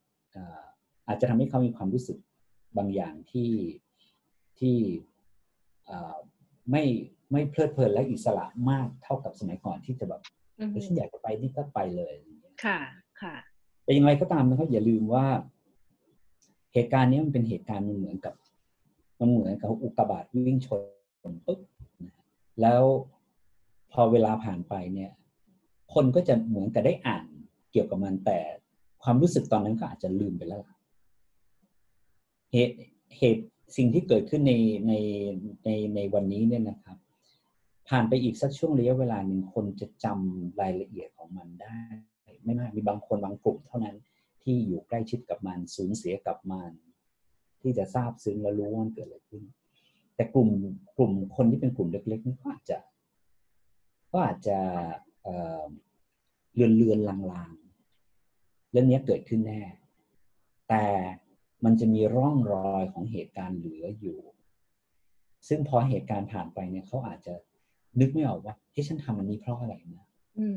มีความรู้สึกบางอย่างที่ไม่เพลิดเพลินและอิสระมากเท่ากับสมัยก่อนที่จะแบบฉันอยากจะไปนี่ก็ไปเลยค่ะแต่อย่างไรก็ตามนะครับอย่าลืมว่าเหตุการณ์นี้มันเป็นเหตุการณ์มันเหมือนกับอุกกาบาตวิ่งชนปุ๊บแล้วพอเวลาผ่านไปเนี่ยคนก็จะเหมือนกับได้อ่านเกี่ยวกับมันแต่ความรู้สึกตอนนั้นก็อาจจะลืมไปแล้วเหตุสิ่งที่เกิดขึ้นในวันนี้เนี่ยนะครับผ่านไปอีกสักช่วงระยะเวลาหนึ่งคนจะจำรายละเอียดของมันได้ไม่มากมีบางคนบางกลุ่มเท่านั้นที่อยู่ใกล้ชิดกับมันสูญเสียกับมันที่จะทราบซึ้งและรู้ว่ามันเกิดอะไรขึ้นแต่กลุ่มคนที่เป็นกลุ่มเล็กๆนี่ก็อาจจะเลือนลางๆเรื่องนี้เกิดขึ้นแน่แต่มันจะมีร่องรอยของเหตุการณ์เหลืออยู่ซึ่งพอเหตุการณ์ผ่านไปเนี่ยเขาอาจจะนึกไม่ออกว่าฉันทำอันนี้เพราะอะไรนะ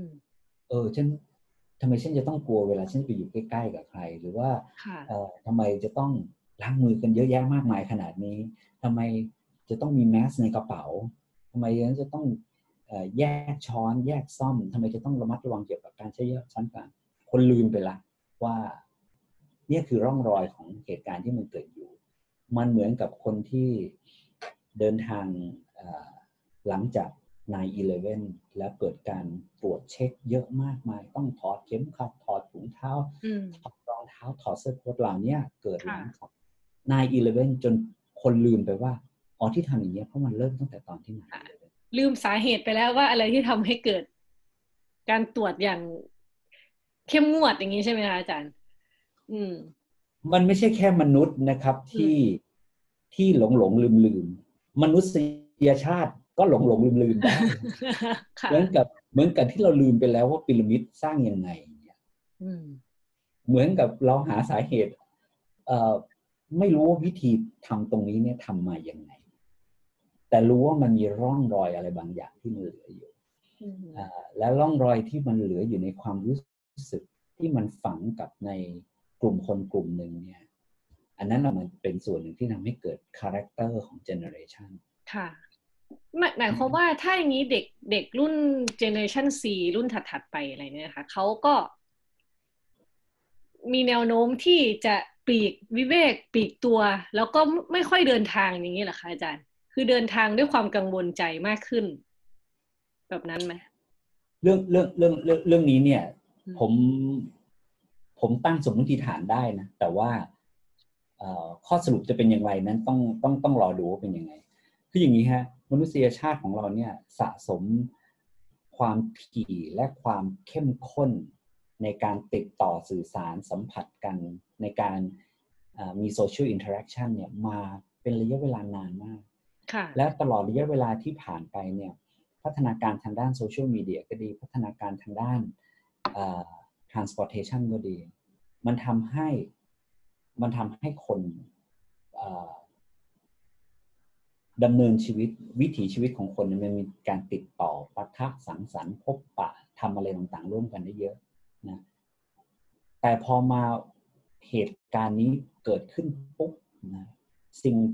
ทำไมฉันจะต้องกลัวเวลาฉันไปอยู่ใกล้ๆกับใครหรือว่าทำไมจะต้องล้างมือกันเยอะแยะมากมายขนาดนี้ทำไมจะต้องมีแมสในกระเป๋าทำไมจะต้องแยกช้อนแยกซ่อมทำไมจะต้องระมัดระวังเกี่ยวกับการใช้ช้อนกลางคนลืมไปละว่านี่คือร่องรอยของเหตุการณ์ที่มันเกิดอยู่มันเหมือนกับคนที่เดินทางหลังจาก 9/11 แล้วเกิดการตรวจเช็คเยอะมากมายต้องถอดเข็มขัดถอดถุงเท้าถอดรองเท้าถอดเสื้อโค้ทเหล่านี้เกิดหลังจาก 9/11 จนคนลืมไปว่าที่ทำอย่างนี้เพราะมันเริ่มตั้งแต่ตอนที่ลืมสาเหตุไปแล้วว่าอะไรที่ทำให้เกิดการตรวจอย่างเข้มงวดอย่างนี้ใช่ไหมคะอาจารย์มันไม่ใช่แค่มนุษย์นะครับที่หลงลืมมนุษยชาติก็หลงลืมได้ เหมือนกับที่เราลืมไปแล้วว่าพีระมิดสร้างยังไงเนี่ยเหมือนกับเราหาสาเหตุไม่รู้ว่าวิธีทำตรงนี้เนี่ยทำมายังไงแต่รู้ว่ามันมีร่องรอยอะไรบางอย่างที่มันเหลืออยู่และร่องรอยที่มันเหลืออยู่ในความรู้สึกที่มันฝังกับในกลุ่มคนกลุ่มหนึ่งเนี่ยอันนั้นมันเป็นส่วนหนึ่งที่ทำให้เกิดคาแรคเตอร์ของเจเนอเรชันค่ะหมายความว่าถ้าอย่างนี้เด็กรุ่นเจเนอเรชัน C รุ่นถัดไปอะไรเนี่ยนะคะเขาก็มีแนวโน้มที่จะปลีกวิเวกปลีกตัวแล้วก็ไม่ค่อยเดินทางอย่างนี้เหรอคะอาจารย์คือเดินทางด้วยความกังวลใจมากขึ้นแบบนั้นไหมเรื่องนี้เนี่ยผมตั้งสมมติฐานได้นะแต่ว่าข้อสรุปจะเป็นอย่างไรนั้นต้องรอดูว่าเป็นยังไงคืออย่างนี้ฮะมนุษยชาติของเราเนี่ยสะสมความถี่และความเข้มข้นในการติดต่อสื่อสารสัมผัสกันในการมีโซเชียลอินเทอร์แอคชั่นเนี่ยมาเป็นระยะเวลานานมากและตลอดระยะเวลาที่ผ่านไปเนี่ยพัฒนาการทางด้านโซเชียลมีเดียก็ดีพัฒนาการทางด้าน transportation ก็ดีมันทำให้คนดำเนินชีวิตวิถีชีวิตของคนมันมีการติดต่อปะทะสังสรรค์พบปะทำอะไรต่างๆร่วมกันได้เยอะนะแต่พอมาเหตุการณ์นี้เกิดขึ้นปุ๊บนะสิ่ง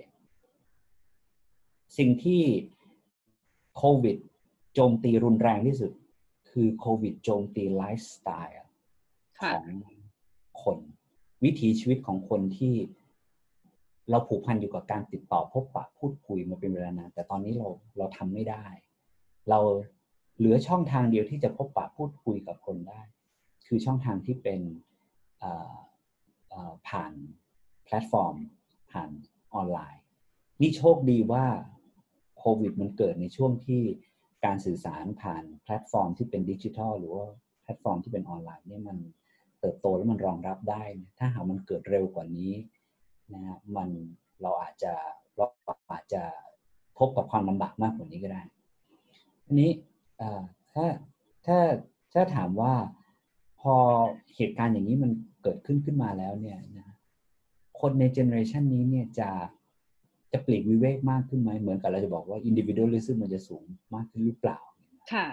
ที่โควิดโจมตีรุนแรงที่สุดคือโควิดโจมตีไลฟ์สไตล์ของคนวิถีชีวิตของคนที่เราผูกพันอยู่กับการติดต่อพบปะพูดคุยมาเป็นเวลานานแต่ตอนนี้เราทำไม่ได้เราเหลือช่องทางเดียวที่จะพบปะพูดคุยกับคนได้คือช่องทางที่เป็นผ่านแพลตฟอร์มผ่านออนไลน์นี่โชคดีว่าโควิดมันเกิดในช่วงที่การสื่อสารผ่านแพลตฟอร์มที่เป็นดิจิทัลหรือว่าแพลตฟอร์มที่เป็นออนไลน์เนี่ยมันเติบโตแล้วมันรองรับได้ถ้าหากมันเกิดเร็วกว่านี้นะเราอาจจะพบกับความลำบากมากกว่านี้ก็ได้ทีนี้ถ้าถามว่าพอเหตุการณ์อย่างนี้มันเกิดขึ้นมาแล้วเนี่ยนะคนในเจเนอเรชันนี้เนี่ยจะปลีกวิเวกมากขึ้นไหมเหมือนกับเราจะบอกว่า individualism มันจะสูงมากขึ้นหรือเปล่าค่ะ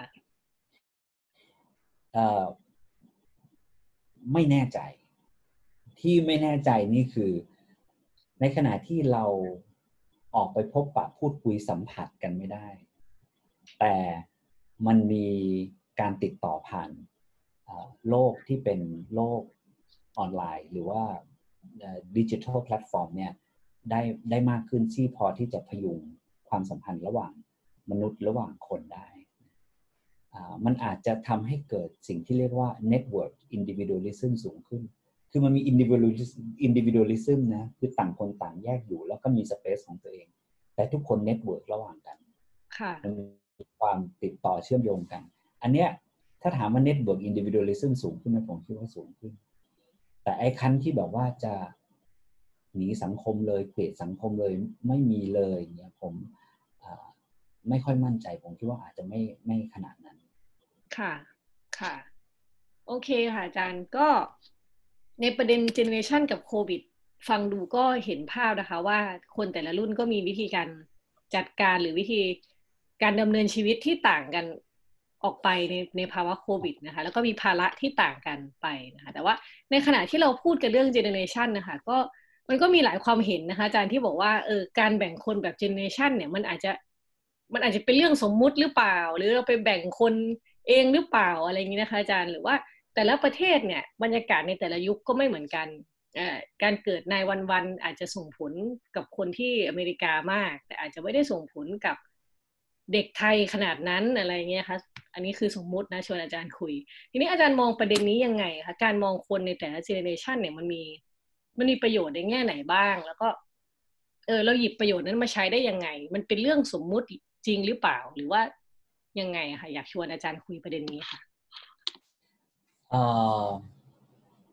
ไม่แน่ใจที่ไม่แน่ใจนี่คือในขณะที่เราออกไปพบปะพูดคุยสัมผัสกันไม่ได้แต่มันมีการติดต่อผ่านโลกที่เป็นโลกออนไลน์หรือว่าดิจิทัลแพลตฟอร์มเนี่ยได้มากขึ้นที่พอที่จะพยุงความสัมพันธ์ระหว่างมนุษย์ระหว่างคนได้มันอาจจะทำให้เกิดสิ่งที่เรียกว่า network individualism สูงขึ้นคือมันมี individualism นะคือต่างคนต่างแยกอยู่แล้วก็มี space ของตัวเองแต่ทุกคน network ระหว่างกันมันมีความติดต่อเชื่อมโยงกันอันเนี้ยถ้าถามว่า network individualism สูงขึ้นไหมผมคิดว่าสูงขึ้นแต่ไอ้คันที่แบบว่าจะหนีสังคมเลยเกลียดสังคมเลยไม่มีเลยเนี่ยผมไม่ค่อยมั่นใจผมคิดว่าอาจจะไม่ขนาดนั้นค่ะโอเคค่ะอาจารย์ก็ในประเด็นเจเนอเรชันกับโควิดฟังดูก็เห็นภาพนะคะว่าคนแต่ละรุ่นก็มีวิธีการจัดการหรือวิธีการดำเนินชีวิตที่ต่างกันออกไปในภาวะโควิดนะคะแล้วก็มีภาระที่ต่างกันไปนะคะแต่ว่าในขณะที่เราพูดกันเรื่องเจเนอเรชันนะคะก็มันก็มีหลายความเห็นนะคะอาจารย์ที่บอกว่าการแบ่งคนแบบเจเนอเรชันเนี่ยมันอาจจะเป็นเรื่องสมมุติหรือเปล่าหรือเราไปแบ่งคนเองหรือเปล่าอะไรอย่างนี้นะคะอาจารย์หรือว่าแต่ละประเทศเนี่ยบรรยากาศในแต่ละยุคก็ไม่เหมือนกันการเกิดในวันๆอาจจะส่งผลกับคนที่อเมริกามากแต่อาจจะไม่ได้ส่งผลกับเด็กไทยขนาดนั้นอะไรเงี้ยคะอันนี้คือสมมุตินะชวนอาจารย์คุยทีนี้อาจารย์มองประเด็นนี้ยังไงคะการมองคนในแต่ละเจเนอเรชันเนี่ยมันมีประโยชน์ในแง่ไหนบ้างแล้วก็เราหยิบประโยชน์นั้นมาใช้ได้ยังไงมันเป็นเรื่องสมมุติจริงหรือเปล่าหรือว่ายังไงคะอยากชวนอาจารย์คุยประเด็นนี้ค่ะ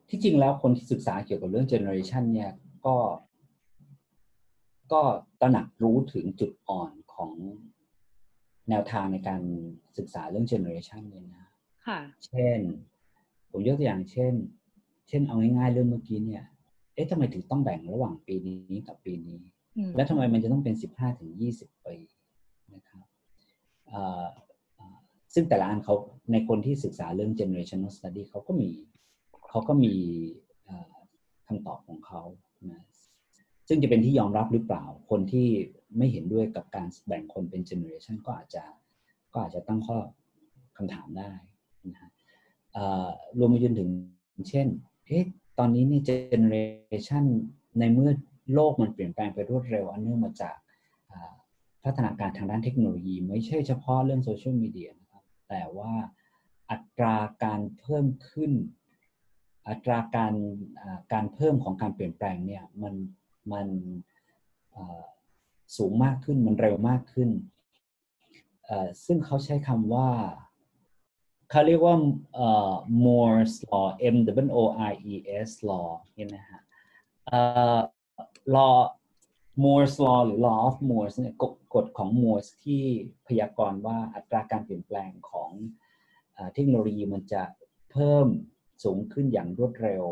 ที่จริงแล้วคนที่ศึกษาเกี่ยวกับเรื่อง generation เนี่ยก็ตระหนักรู้ถึงจุดอ่อนของแนวทางในการศึกษาเรื่อง generation เนี่ยนะค่ะเช่นผมยกตัวอย่างเช่นเอาง่ายๆเรื่องเมื่อกี้เนี่ยทำไมถึงต้องแบ่งระหว่างปีนี้กับปีนี้และทำไมมันจะต้องเป็น 15-20 ปีนะครับซึ่งแต่ละอันเขาในคนที่ศึกษาเรื่อง generational study เขาก็มีคำตอบของเขานะซึ่งจะเป็นที่ยอมรับหรือเปล่าคนที่ไม่เห็นด้วยกับการแบ่งคนเป็น generation ก็อาจจะตั้งข้อคำถามได้นะฮะรวมไปจนถึงเช่นตอนนี้นี่ generation ในเมื่อโลกมันเปลี่ยนแปลงไปรวดเร็วอันเนื่องมาจากพัฒนาการทางด้านเทคโนโลยีไม่ใช่เฉพาะเรื่องโซเชียลมีเดียนะครับแต่ว่าอัตราการเพิ่มขึ้นอัตราการเพิ่มของการเปลี่ยนแปลงเนี่ยมันสูงมากขึ้นมันเร็วมากขึ้นซึ่งเขาใช้คำว่าเขาเรียกว่าMoore's law MOORES law เนี่ยนะฮะlaw Moore's law หรือ law of Moore เนี่ยกฎของ Moore ที่พยากรณ์ว่าอัตราการเปลี่ยนแปลงของเทคโนโลยีมันจะเพิ่มสูงขึ้นอย่างรวดเร็ว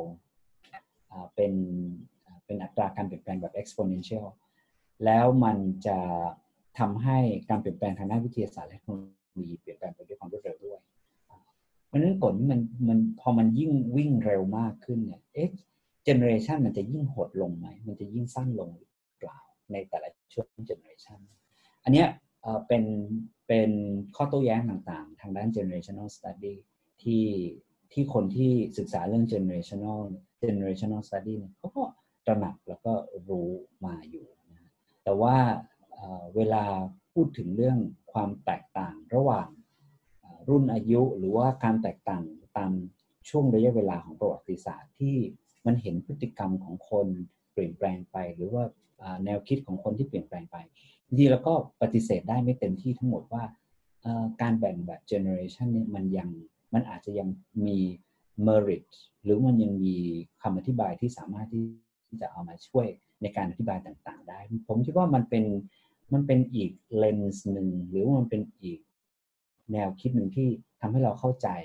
เป็นอัตราการเปลี่ยนแปลงแบบ exponential แล้วมันจะทำให้การเปลี่ยนแปลงทางด้านวิทยาศาสตร์และเทคโนโลยีเปลี่ยนแปลงไปด้วยความรวดเร็วด้วยเพราะฉะนั้นกฎนี้มันพอมันยิ่งวิ่งเร็วมากขึ้นเนี่ยgeneration มันจะยิ่งหดลงไหมมันจะยิ่งสั้นลงหรือเปล่าในแต่ละช่วง generation อันเนี้ยเป็นข้อโต้แย้งต่างๆทางด้าน generational study ที่คนที่ศึกษาเรื่อง generational study เนี่ยเขาก็ตระหนักแล้วก็รู้มาอยู่นะแต่ว่าเวลาพูดถึงเรื่องความแตกต่างระหว่างรุ่นอายุหรือว่าการแตกต่างตามช่วงระยะเวลาของประวัติศาสตร์ที่มันเห็นพฤติกรรมของคนเปลี่ยนแปลงไปหรือว่าแนวคิดของคนที่เปลี่ยนแปลงไปบางทีเราก็ปฏิเสธได้ไม่เต็มที่ทั้งหมดว่าการแบ่งแบบ generation เนี่ยมันอาจจะยังมี merit หรือมันยังมีคำอธิบายที่สามารถที่จะเอามาช่วยในการอธิบายต่างๆได้ผมคิดว่ามันเป็นอีกเลนส์หนึ่งหรือมันเป็นอีกแนวคิดหนึ่งที่ทำให้เราเข้าใจ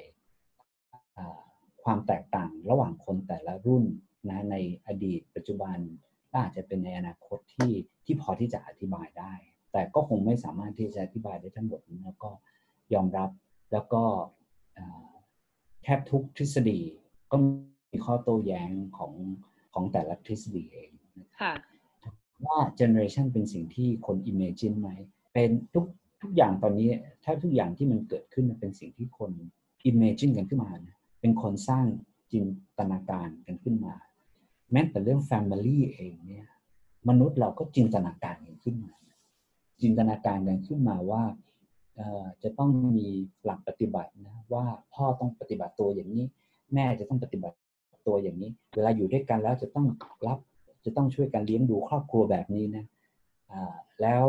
ความแตกต่างระหว่างคนแต่ละรุ่นนะในอดีตปัจจุบันและอาจจะเป็นในอนาคตที่พอที่จะอธิบายได้แต่ก็คงไม่สามารถที่จะอธิบายได้ทั้งหมดแล้วก็ยอมรับแล้วก็แทบทุกทฤษฎีก็มีข้อโต้แย้งของแต่ละทฤษฎีเองค่ะว่า generation เป็นสิ่งที่คน imagine ไหมเป็นทุกอย่างตอนนี้ถ้าทุกอย่างที่มันเกิดขึ้นมันเป็นสิ่งที่คน imagine กันขึ้นมานะเป็นคนสร้างจินตนาการกันขึ้นมาแม้แต่เรื่อง family เองเนี่ยมนุษย์เราก็จินตนาการกันขึ้นมาว่าจะต้องมีหลักปฏิบัตินะว่าพ่อต้องปฏิบัติตัวอย่างนี้แม่จะต้องปฏิบัติตัวอย่างนี้เวลาอยู่ด้วยกันแล้วจะต้องช่วยกันเลี้ยงดูครอบครัวแบบนี้นะแล้ว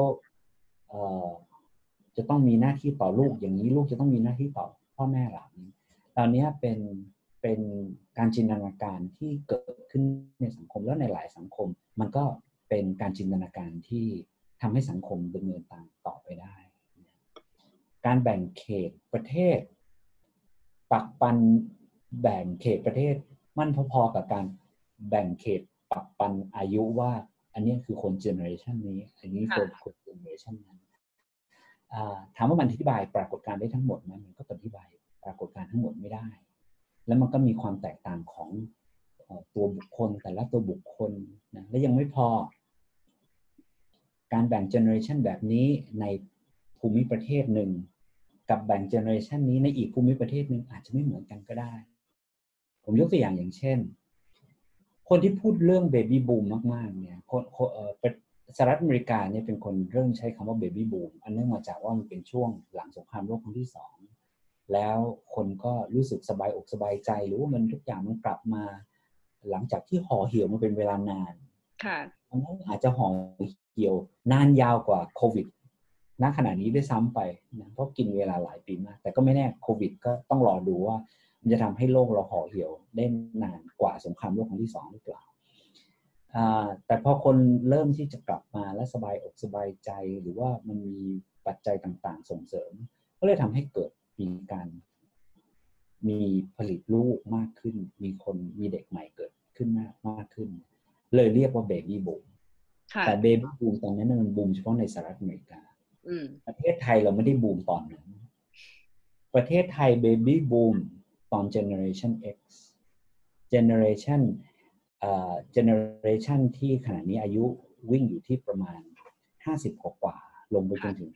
จะต้องมีหน้าที่ต่อลูกอย่างนี้ลูกจะต้องมีหน้าที่ต่อพ่อแม่เหล่านี้ตอนนี้เป็นการจินตนาการที่เกิดขึ้นในสังคมแล้วในหลายสังคมมันก็เป็นการจินตนาการที่ทำให้สังคมดำเนินต่อไปได้การแบ่งเขตประเทศปักปันแบ่งเขตประเทศมันพอๆกับการแบ่งเขตปักปันอายุว่าอันนี้คือคนเจเนอเรชันนี้อันนี้คนเจเนอเรชันนั้นถามว่ามันอธิบายปรากฏการณ์ได้ทั้งหมดไหมมันก็อธิบายปรากฏการณ์ทั้งหมดไม่ได้แล้วมันก็มีความแตกต่างของตัวบุคคลแต่ละตัวบุคคลนะและยังไม่พอการแบ่งเจเนอเรชันแบบนี้ในภูมิประเทศหนึ่งกับแบ่งเจเนอเรชันนี้ในอีกภูมิประเทศหนึ่งอาจจะไม่เหมือนกันก็ได้ผมยกตัวอย่างเช่นคนที่พูดเรื่องเบบี้บูมมากๆเนี่ยสหรัฐอเมริกาเนี่ยเป็นคนเริ่มใช้คำว่าเบบี้บูมอันเนื่องมาจากว่ามันเป็นช่วงหลังสงครามโลกครั้งที่2แล้วคนก็รู้สึกสบายอกสบายใจหรือว่ามันทุกอย่างมันกลับมาหลังจากที่ห่อเหี่ยวมาเป็นเวลานานค่ะมันอาจจะห่อเหี่ยวนานยาวกว่าโควิดณขณะนี้ด้วยซ้ำไปนะเพราะกินเวลาหลายปีมากแต่ก็ไม่แน่โควิดก็ต้องรอดูว่ามันจะทำให้โลกเราห่อเหี่ยวได้นานกว่าสงครามโลกครั้งที่2หรือเปล่าแต่พอคนเริ่มที่จะกลับมาและสบายอกสบายใจหรือว่ามันมีปัจจัยต่างๆส่งเสริมก็เลยทำให้เกิดมีผลิตลูกมากขึ้นมีเด็กใหม่เกิดขึ้นมากขึ้นเลยเรียกว่าเบบี้บูมแต่เบบี้บูมตอนนั้นมันบูมเฉพาะในสหรัฐอเมริกาประเทศไทยเราไม่ได้บูมตอนนั้นประเทศไทยเบบี้บูมตอน Generation X Generationที่ขณะนี้อายุวิ่งอยู่ที่ประมาณ50กว่าลงไปจนถึง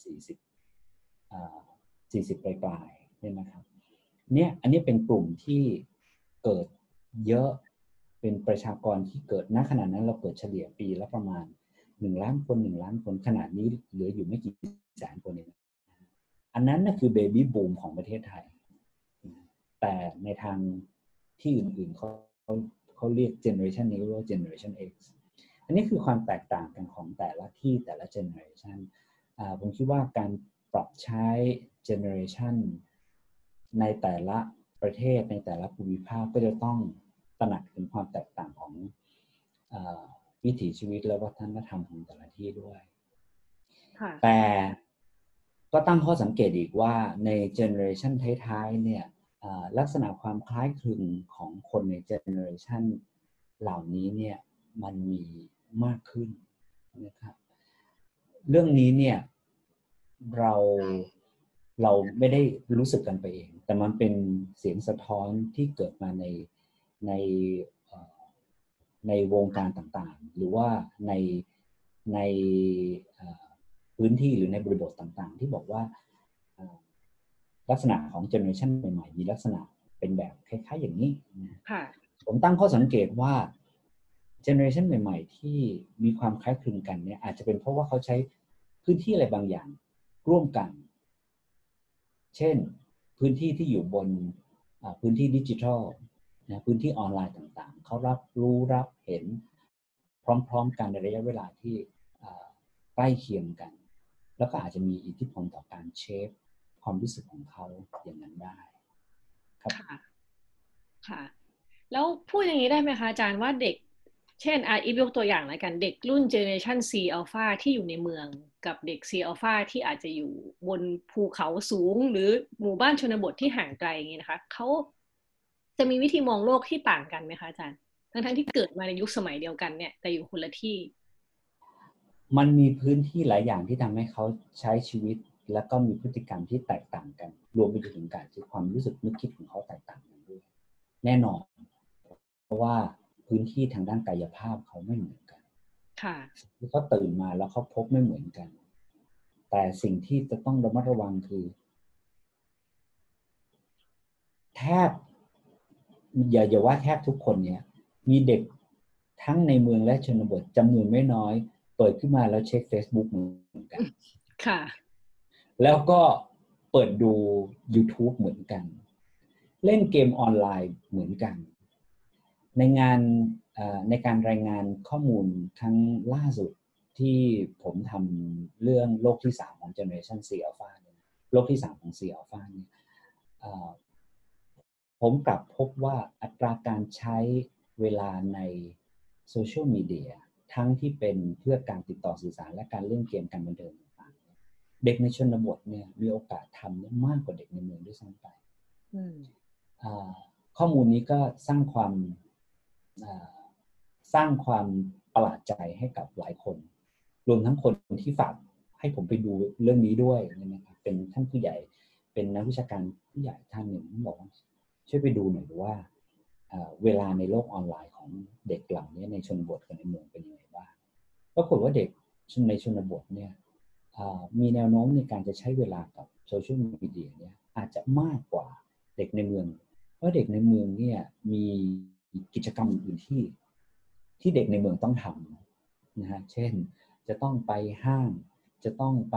40ปลายๆเนี่ยนะครับเนี่ยอันนี้เป็นกลุ่มที่เกิดเยอะเป็นประชากรที่เกิดณขณะนั้นเราเกิดเฉลี่ยปีละประมาณ1 ล้านคนขณะนี้เหลืออยู่ไม่กี่แสนคนเองอันนั้นน่ะคือเบบี้บูมของประเทศไทยแต่ในทางที่อื่นๆเขาเรียก generation นี้ว่า generation X อันนี้คือความแตกต่างกันของแต่ละที่แต่ละ generation ผมคิดว่าการปรับใช้ generation ในแต่ละประเทศในแต่ละภูมิภาคก็จะต้องตระหนักถึงความแตกต่างของวิถีชีวิตและวัฒนธรรมของแต่ละที่ด้วยแต่ก็ตั้งข้อสังเกตอีกว่าใน generation ท้ายๆเนี่ยลักษณะความคล้ายคลึงของคนในเจเนอเรชันเหล่านี้เนี่ยมันมีมากขึ้นนะครับเรื่องนี้เนี่ยเราไม่ได้รู้สึกกันไปเองแต่มันเป็นเสียงสะท้อนที่เกิดมาในวงการต่างๆหรือว่าในพื้นที่หรือในบริบทต่างๆที่บอกว่าลักษณะของเจเนอเรชันใหม่ๆมีลักษณะเป็นแบบคล้ายๆอย่างนี้ผมตั้งข้อสังเกตว่าเจเนอเรชันใหม่ๆที่มีความคล้ายคลึงกันเนี่ยอาจจะเป็นเพราะว่าเขาใช้พื้นที่อะไรบางอย่างร่วมกันเช่นพื้นที่ที่อยู่บนพื้นที่ดิจิทัลนะพื้นที่ออนไลน์ต่างๆเขารับเห็นพร้อมๆกันในระยะเวลาที่ใกล้เคียงกันแล้วก็อาจจะมีอิทธิพลต่อการเชฟความรู้สึกของเขาอย่างนั้นได้ครับค่ะแล้วพูดอย่างนี้ได้ไหมคะอาจารย์ว่าเด็กเช่นอีฟยกตัวอย่างแล้วกันเด็กรุ่น Generation C Alpha ที่อยู่ในเมืองกับเด็ก C Alpha ที่อาจจะอยู่บนภูเขาสูงหรือหมู่บ้านชนบทที่ห่างไกลอย่างนี้นะคะเขาจะมีวิธีมองโลกที่ต่างกันไหมคะอาจารย์ทั้งที่เกิดมาในยุคสมัยเดียวกันเนี่ยแต่อยู่คนละที่มันมีพื้นที่หลายอย่างที่ทำให้เขาใช้ชีวิตแล้วก็มีพฤติกรรมที่แตกต่างกันรวมไปถึงการที่ความรู้สึกนึกคิดของเขาแตกต่างกันด้วยแน่นอนเพราะว่าพื้นที่ทางด้านกายภาพเขาไม่เหมือนกันค่ะที่เขาตื่นมาแล้วเขาพบไม่เหมือนกันแต่สิ่งที่จะต้องระมัดระวังคือแทบอย่าว่าแทบทุกคนเนี่ยมีเด็กทั้งในเมืองและชนบทจำนวนไม่น้อยเปิดขึ้นมาแล้วเช็ค Facebook เหมือนกันค่ะแล้วก็เปิดดู YouTube เหมือนกันเล่นเกมออนไลน์เหมือนกันในการรายงานข้อมูลครั้งล่าสุดที่ผมทำเรื่องโลกที่3ของ Generation C Alpha เนี่ยโลกที่3ของ C Alpha เนี่ยผมกลับพบว่าอัตราการใช้เวลาในโซเชียลมีเดียทั้งที่เป็นเพื่อการติดต่อสื่อสารและการเล่นเกมการบันเทิงต่างๆเด็กในชนบทเนี่ยมีโอกาสทำมากกว่าเด็กในเมืองด้วยซ้ำไปข้อมูลนี้ก็สร้างความประหลาดใจให้กับหลายคนรวมทั้งคนที่ฝากให้ผมไปดูเรื่องนี้ด้วยนะครับเป็นท่านผู้ใหญ่เป็นนักวิชาการผู้ใหญ่ท่านหนึ่งบอกว่าช่วยไปดูหน่อยว่าเวลาในโลกออนไลน์ของเด็กเหล่านี้ในชนบทกับในเมืองเป็นยังไงบ้างปรากฏว่าเด็กในชนบทเนี่ยมีแนวโน้มในการจะใช้เวลากับโซเชียลมีเดียเนี่ยอาจจะมากกว่าเด็กในเมืองเพราะเด็กในเมืองเนี่ยมีกิจกรรมอื่นที่เด็กในเมืองต้องทำนะฮะเช่นจะต้องไปห้างจะต้องไป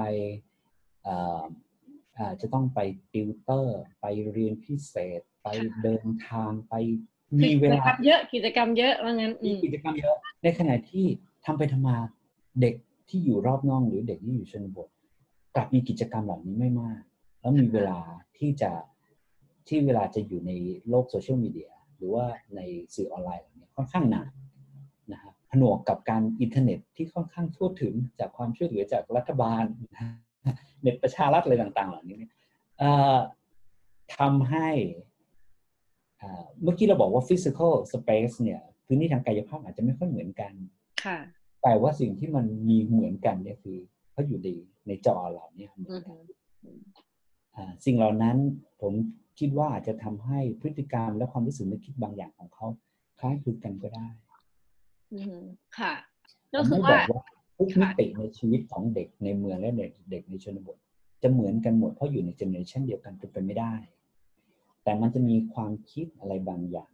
ติวเตอร์ไปเรียนพิเศษไปเดินทางไปมีเวลากิจกรรมเยอะว่างั้นมีกิจกรรมเยอะในขณะที่ทำไปทำมาเด็กที่อยู่รอบนอกหรือเด็กที่อยู่ชนบทกลับมีกิจกรรมเหล่านี้ไม่มากแล้วมีเวลาที่จะที่เวลาจะอยู่ในโลกโซเชียลมีเดียหรือว่าในสื่อออนไลน์เนี่ยค่อนข้างนานนะฮะผนวกกับการอินเทอร์เน็ตที่ค่อนข้างทั่วถึงจากความช่วยเหลือจากรัฐบาลเน็ตประชารัฐอะไรต่างๆเหล่านี้ทำให้เมื่อกี้เราบอกว่า physical space เนี่ยพื้นที่ทางกายภาพอาจจะไม่ค่อยเหมือนกันแต่ว่าสิ่งที่มันมีเหมือนกันเนี่ยคือเขาอยู่ในจอเราเนี่ยเหมือนกันสิ่งเหล่านั้นผมคิดว่าอาจจะทำให้พฤติกรรมและความรู้สึกนึกคิดบางอย่างของเขาคล้ายคลึงกันก็ได้ค่ะก็คือว่าทุกมิติในชีวิตของเด็กในเมืองและเด็กในชนบทจะเหมือนกันหมดเพราะอยู่ในเจเนอเรชันเดียวกันเป็นไปไม่ได้แต่มันจะมีความคิดอะไรบางอย่าง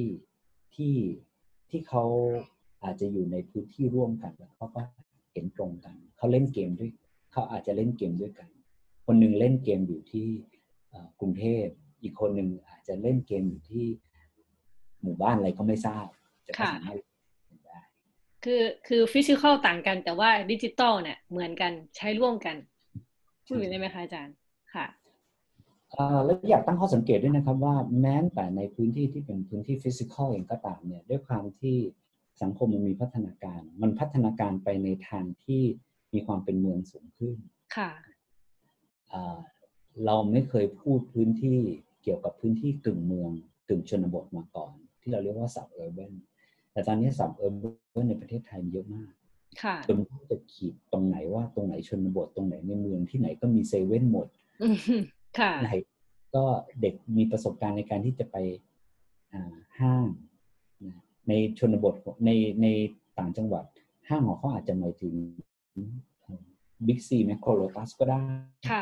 ที่เขาอาจจะอยู่ในพื้นที่ร่วมกันแล้วเขาก็เห็นตรงกันเขาเล่นเกมด้วยเขาอาจจะเล่นเกมด้วยกันคนหนึ่งเล่นเกมอยู่ที่กรุงเทพอีกคนหนึ่งอาจจะเล่นเกมอยู่ที่หมู่บ้านอะไรก็ไม่ทราบจะสามารถได้คือฟิสิกอลต่างกันแต่ว่าดิจิตอลเนี่ยเหมือนกันใช้ร่วมกันพูดได้ไหมคะอาจารย์ค่ะแล้วอยากตั้งข้อสังเกตด้วยนะครับว่าแม้แต่ในพื้นที่ที่เป็นพื้นที่ฟิสิกอลเองก็ตามเนี่ยด้วยความที่สังคมมันมีพัฒนาการไปในทางที่มีความเป็นเมืองสูงขึ้นค่ะเราไม่เคยพูดพื้นที่เกี่ยวกับพื้นที่กึ่งเมืองกึ่งชนบทมาก่อนที่เราเรียกว่าซับเออร์เบนแต่ตอนนี้ซับเออร์เบนในประเทศไทยเยอะมากจนจะขีดตรงไหนว่าตรงไหนชนบทตรงไหนในเมืองที่ไหนก็มีเซเว่นหมดไหนก็เด็กมีประสบการณ์ในการที่จะไปห้างในชนบทในต่างจังหวัดห้างของเขาอาจจะหมายถึงบิ๊กซีแมคโครโลตัสก็ได้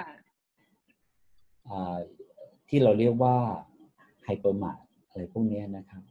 ที่เราเรียกว่าไฮเปอร์มาร์ทอะไรพวกนี้นะครับ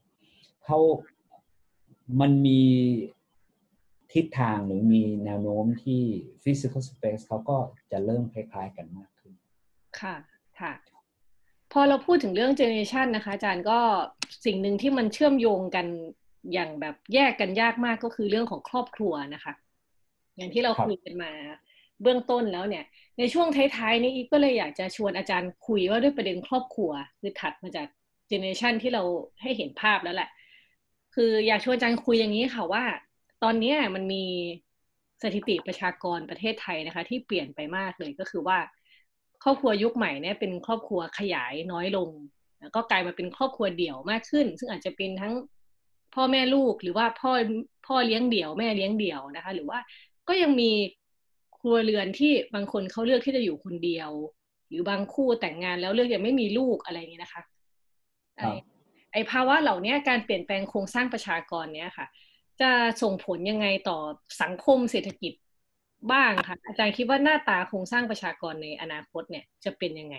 มันมีทิศทางหรือมีแนวโน้มที่ physical space เขาก็จะเริ่มคล้ายๆกันมากขึ้นค่ะพอเราพูดถึงเรื่อง generation นะคะอาจารย์ก็สิ่งหนึ่งที่มันเชื่อมโยงกันอย่างแบบแยกกันยากมากก็คือเรื่องของครอบครัวนะคะอย่างที่เราคุยกันมาเบื้องต้นแล้วเนี่ยในช่วงท้ายๆนี้ก็เลยอยากจะชวนอาจารย์คุยว่าด้วยประเด็นครอบครัวคือถัดมาจาก generation ที่เราให้เห็นภาพแล้วแหละคืออยากชวนอาจารย์คุยอย่างนี้ค่ะว่าตอนนี้มันมีสถิติประชากรประเทศไทยนะคะที่เปลี่ยนไปมากเลยก็คือว่าครอบครัวยุคใหม่เนี่ยเป็นครอบครัวขยายน้อยลงแล้วก็กลายมาเป็นครอบครัวเดี่ยวมากขึ้นซึ่งอาจจะเป็นทั้งพ่อแม่ลูกหรือว่าพ่อเลี้ยงเดี่ยวแม่เลี้ยงเดี่ยวนะคะหรือว่าก็ยังมีครัวเรือนที่บางคนเขาเลือกที่จะอยู่คนเดียวหรือบางคู่แต่งงานแล้วเลือกยังไม่มีลูกอะไรอย่างนี้นะคะไอ้ภาวะเหล่านี้การเปลี่ยนแปลงโครงสร้างประชากรเนี้ยค่ะจะส่งผลยังไงต่อสังคมเศรษฐกิจบ้างค่ะอาจารย์คิดว่าหน้าตาโครงสร้างประชากรในอนาคตเนี่ยจะเป็นยังไง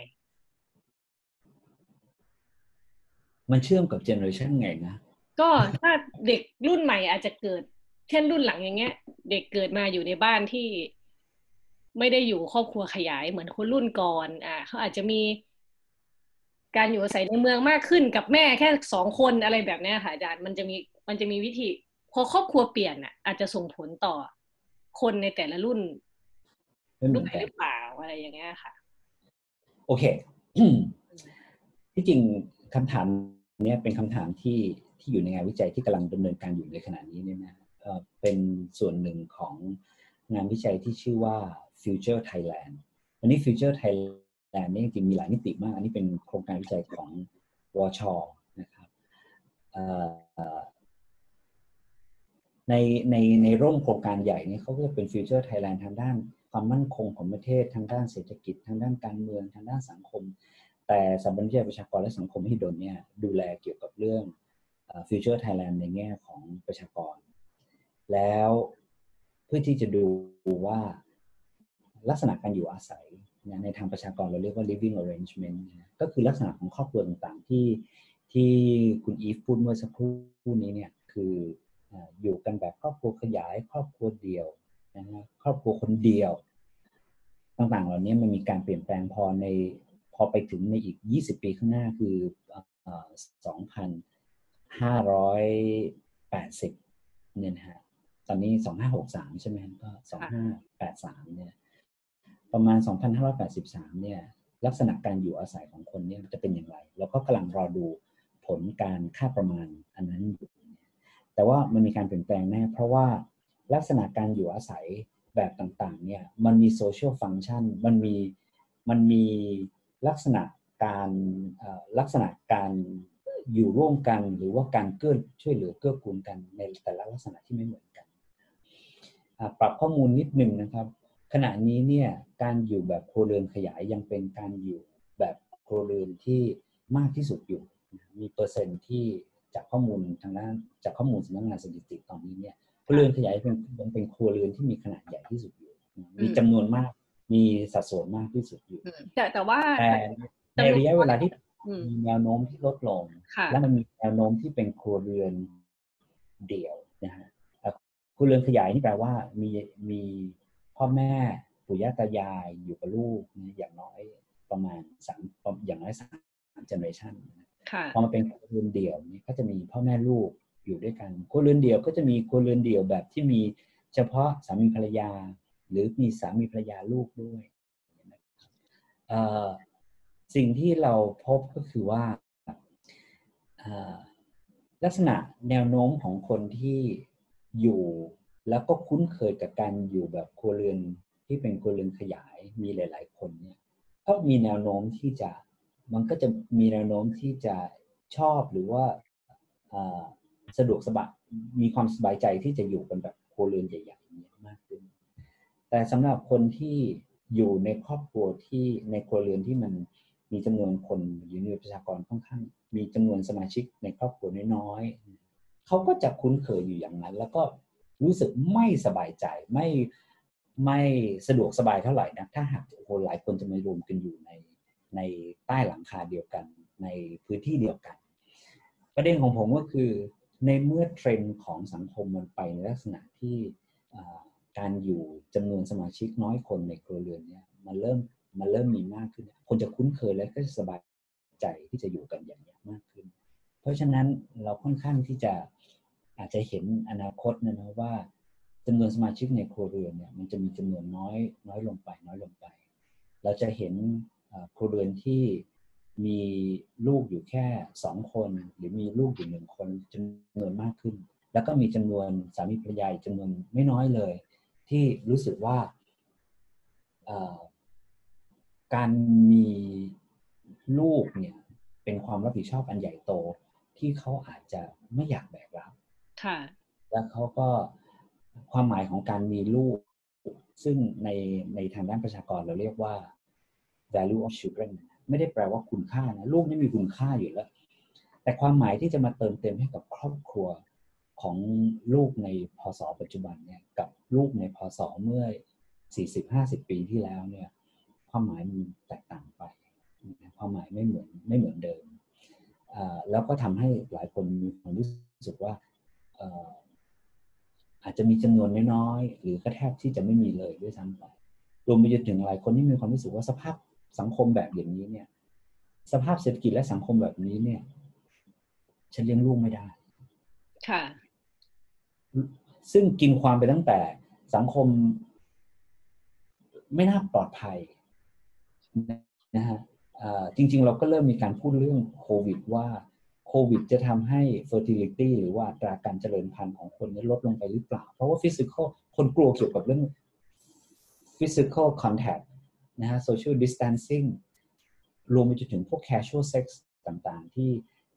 มันเชื่อมกับเจเนอเรชันไงนะก็ถ้าเด็กรุ่นใหม่อาจจะเกิดเช่นรุ่นหลังอย่างเงี้ยเด็กเกิดมาอยู่ในบ้านที่ไม่ได้อยู่ครอบครัวขยายเหมือนคนรุ่นก่อนเขาอาจจะมีการอยู่อาศัยในเมืองมากขึ้นกับแม่แค่2 คนอะไรแบบนี้ค่ะอาจารย์มันจะมีวิธีพอครอบครัวเปลี่ยนอาจจะส่งผลต่อคนในแต่ละรุ่นด้วยหรือเปล่าอะไรอย่างเงี้ยค่ะโอเค ที่จริงคำถามนี้เป็นคำถามที่อยู่ในงานวิจัยที่กำลังดำเนินการอยู่ในขณะนี้เนี่ยนะเป็นส่วนหนึ่งของงานวิจัยที่ชื่อว่า Future Thailand อันนี้ Future Thailand นี่จริงๆมีหลายมิติมากอันนี้เป็นโครงการวิจัยของวช.นะครับในร่มโครงการใหญ่นี้เขาก็จะเป็น Future Thailand ทางด้านความมั่นคงของประเทศทางด้านเศรษฐกิจทางด้านการเมืองทางด้านสังคมแต่สถาบันวิจัยประชากรและสังคมมหิดลเนี่ยดูแลเกี่ยวกับเรื่อง Future Thailand ในแง่ของประชากรแล้วเพื่อที่จะดูว่าลักษณะการอยู่อาศัยในทางประชากรเราเรียกว่า living arrangement ก็คือลักษณะของครอบครัวต่างๆที่คุณอีฟพูดเมื่อสักครู่นี้เนี่ยคืออยู่กันแบบครอบครัวขยายครอบครัวเดียวนะฮะครอบครัวคนเดียวต่างๆเหล่านี้มันมีการเปลี่ยนแปลงพอไปถึงในอีก20 ปีข้างหน้าคือ2,580เนี่ยนะฮะตอนนี้2563ใช่ไหมก็2583เนี่ยประมาณ2583เนี่ยลักษณะการอยู่อาศัยของคนเนี่ยจะเป็นอย่างไรแล้วก็กำลังรอดูผลการค่าประมาณอันนั้นอยู่แต่ว่ามันมีการเปลี่ยนแปลงแน่เพราะว่าลักษณะการอยู่อาศัยแบบต่างๆเนี่ยมันมีโซเชียลฟังก์ชันมันมีลักษณะการอยู่ร่วมกันหรือว่าการช่วยเหลือเกื้อกูลกันในแต่ละลักษณะที่ไม่เหมือนกันปรับข้อมูลนิดนึงนะครับขณะนี้เนี่ยการอยู่แบบครัวเรือนขยายยังเป็นการอยู่แบบครัวเรือนที่มากที่สุดอยู่มีเปอร์เซ็นต์ที่จากข้อมูลทางด้านจากข้อมูลสำนักงานสถิติตอนนี้เนี่ยครัวเรือนขยายเป็นครัวเรือนที่มีขนาดใหญ่ที่สุดอยู่มีจำนวนมากมีสัดส่วนมากที่สุดอยู่แต่ว่าในระยะเวลาที่มีแนวโน้มที่ลดลงและมันมีแนวโน้มที่เป็นครัวเรือนเดี่ยวนะฮะครัวเรือนขยายนี่แปลว่ามีพ่อแม่ปู่ย่าตายายอยู่กับลูกอย่างน้อยประมาณอย่างน้อย3 generation พอมาเป็นครัวเรือนเดี่ยวนี่ก็จะมีพ่อแม่ลูกอยู่ด้วยกันครัวเรือนเดี่ยวก็จะมีครัวเรือนเดี่ยวแบบที่มีเฉพาะสามีภรรยาหรือมีสามีภรรยาลูกด้วยสิ่งที่เราพบก็คือว่าลักษณะแนวโน้มของคนที่อยู่แล้วก็คุ้นเคยกับการอยู่แบบครัวเรือนที่เป็นครัวเรือนขยายมีหลายๆคนเนี่ยก็มีแนวโน้มที่จะมันก็จะมีแนวโน้มที่จะชอบหรือว่าสะดวกสบายมีความสบายใจที่จะอยู่กันแบบครัวเรือนใหญ่ๆนี้มากขึ้นแต่สำหรับคนที่อยู่ในครอบครัวที่ในครัวเรือนที่มันมีจำนวนคนหรือมีประชากรค่อนข้างมีจำนวนสมาชิกในครอบครัวน้อยๆเขาก็จะคุ้นเคยอยู่อย่างนั้นแล้วก็รู้สึกไม่สบายใจไม่สะดวกสบายเท่าไหร่นะถ้าหากหลายคนจะมารวมกันอยู่ในใต้หลังคาเดียวกันในพื้นที่เดียวกันประเด็นของผมก็คือในเมื่อเทรนด์ของสังคมมันไปในลักษณะที่การอยู่จำนวนสมาชิกน้อยคนในครัวเรือนเนี่ยมันเริ่มมีมากขึ้นคนจะคุ้นเคยและก็สบายใจที่จะอยู่กันอย่างนี้มากขึ้นเพราะฉะนั้นเราค่อนข้างที่จะอาจจะเห็นอนาคตนะว่าจำนวนสมาชิกในครัวเรือนเนี่ยมันจะมีจำนวนน้อยลงไปเราจะเห็นครัวเรือนที่มีลูกอยู่แค่2 คนหรือมีลูกอยู่1 คนจำนวนมากขึ้นแล้วก็มีจำนวนสามีภรรยาจำนวนไม่น้อยเลยที่รู้สึกว่าการมีลูกเนี่ยเป็นความรับผิดชอบอันใหญ่โตที่เขาอาจจะไม่อยากแบกรับค่ะแล้วเขาก็ความหมายของการมีลูกซึ่งในทางด้านประชากรเราเรียกว่า value of children ไม่ได้แปลว่าคุณค่านะลูกไม่มีคุณค่าอยู่แล้วแต่ความหมายที่จะมาเติมเต็มให้กับครอบครัวของลูกในพศปัจจุบันเนี่ยกับลูกในพศเมื่อ 40-50 ปีที่แล้วเนี่ยความหมายมันแตกต่างไปความหมายไม่เหมือนเดิมแล้วก็ทำให้หลายคนมีความรู้สึกว่าอาจจะมีจำนวนน้อยๆหรือก็แทบที่จะไม่มีเลยด้วยซ้ำไปรวมไปจนถึงหลายคนที่มีความรู้สึกว่าสภาพสังคมแบบอย่างนี้เนี่ยสภาพเศรษฐกิจและสังคมแบบนี้เนี่ยฉันเลี้ยงลูกไม่ได้ค่ะซึ่งกินความไปตั้งแต่สังคมไม่น่าปลอดภัยนะฮะจริงๆเราก็เริ่มมีการพูดเรื่องโควิดว่าโควิดจะทำให้ fertility หรือว่าอัตราการเจริญพันธุ์ของคนนี้ลดลงไปหรือเปล่าเพราะว่า physical คนกลัวเกี่ยวกับเรื่อง physical contact นะฮะ social distancing รวมไปจนถึงพวก casual sex ต่างๆที่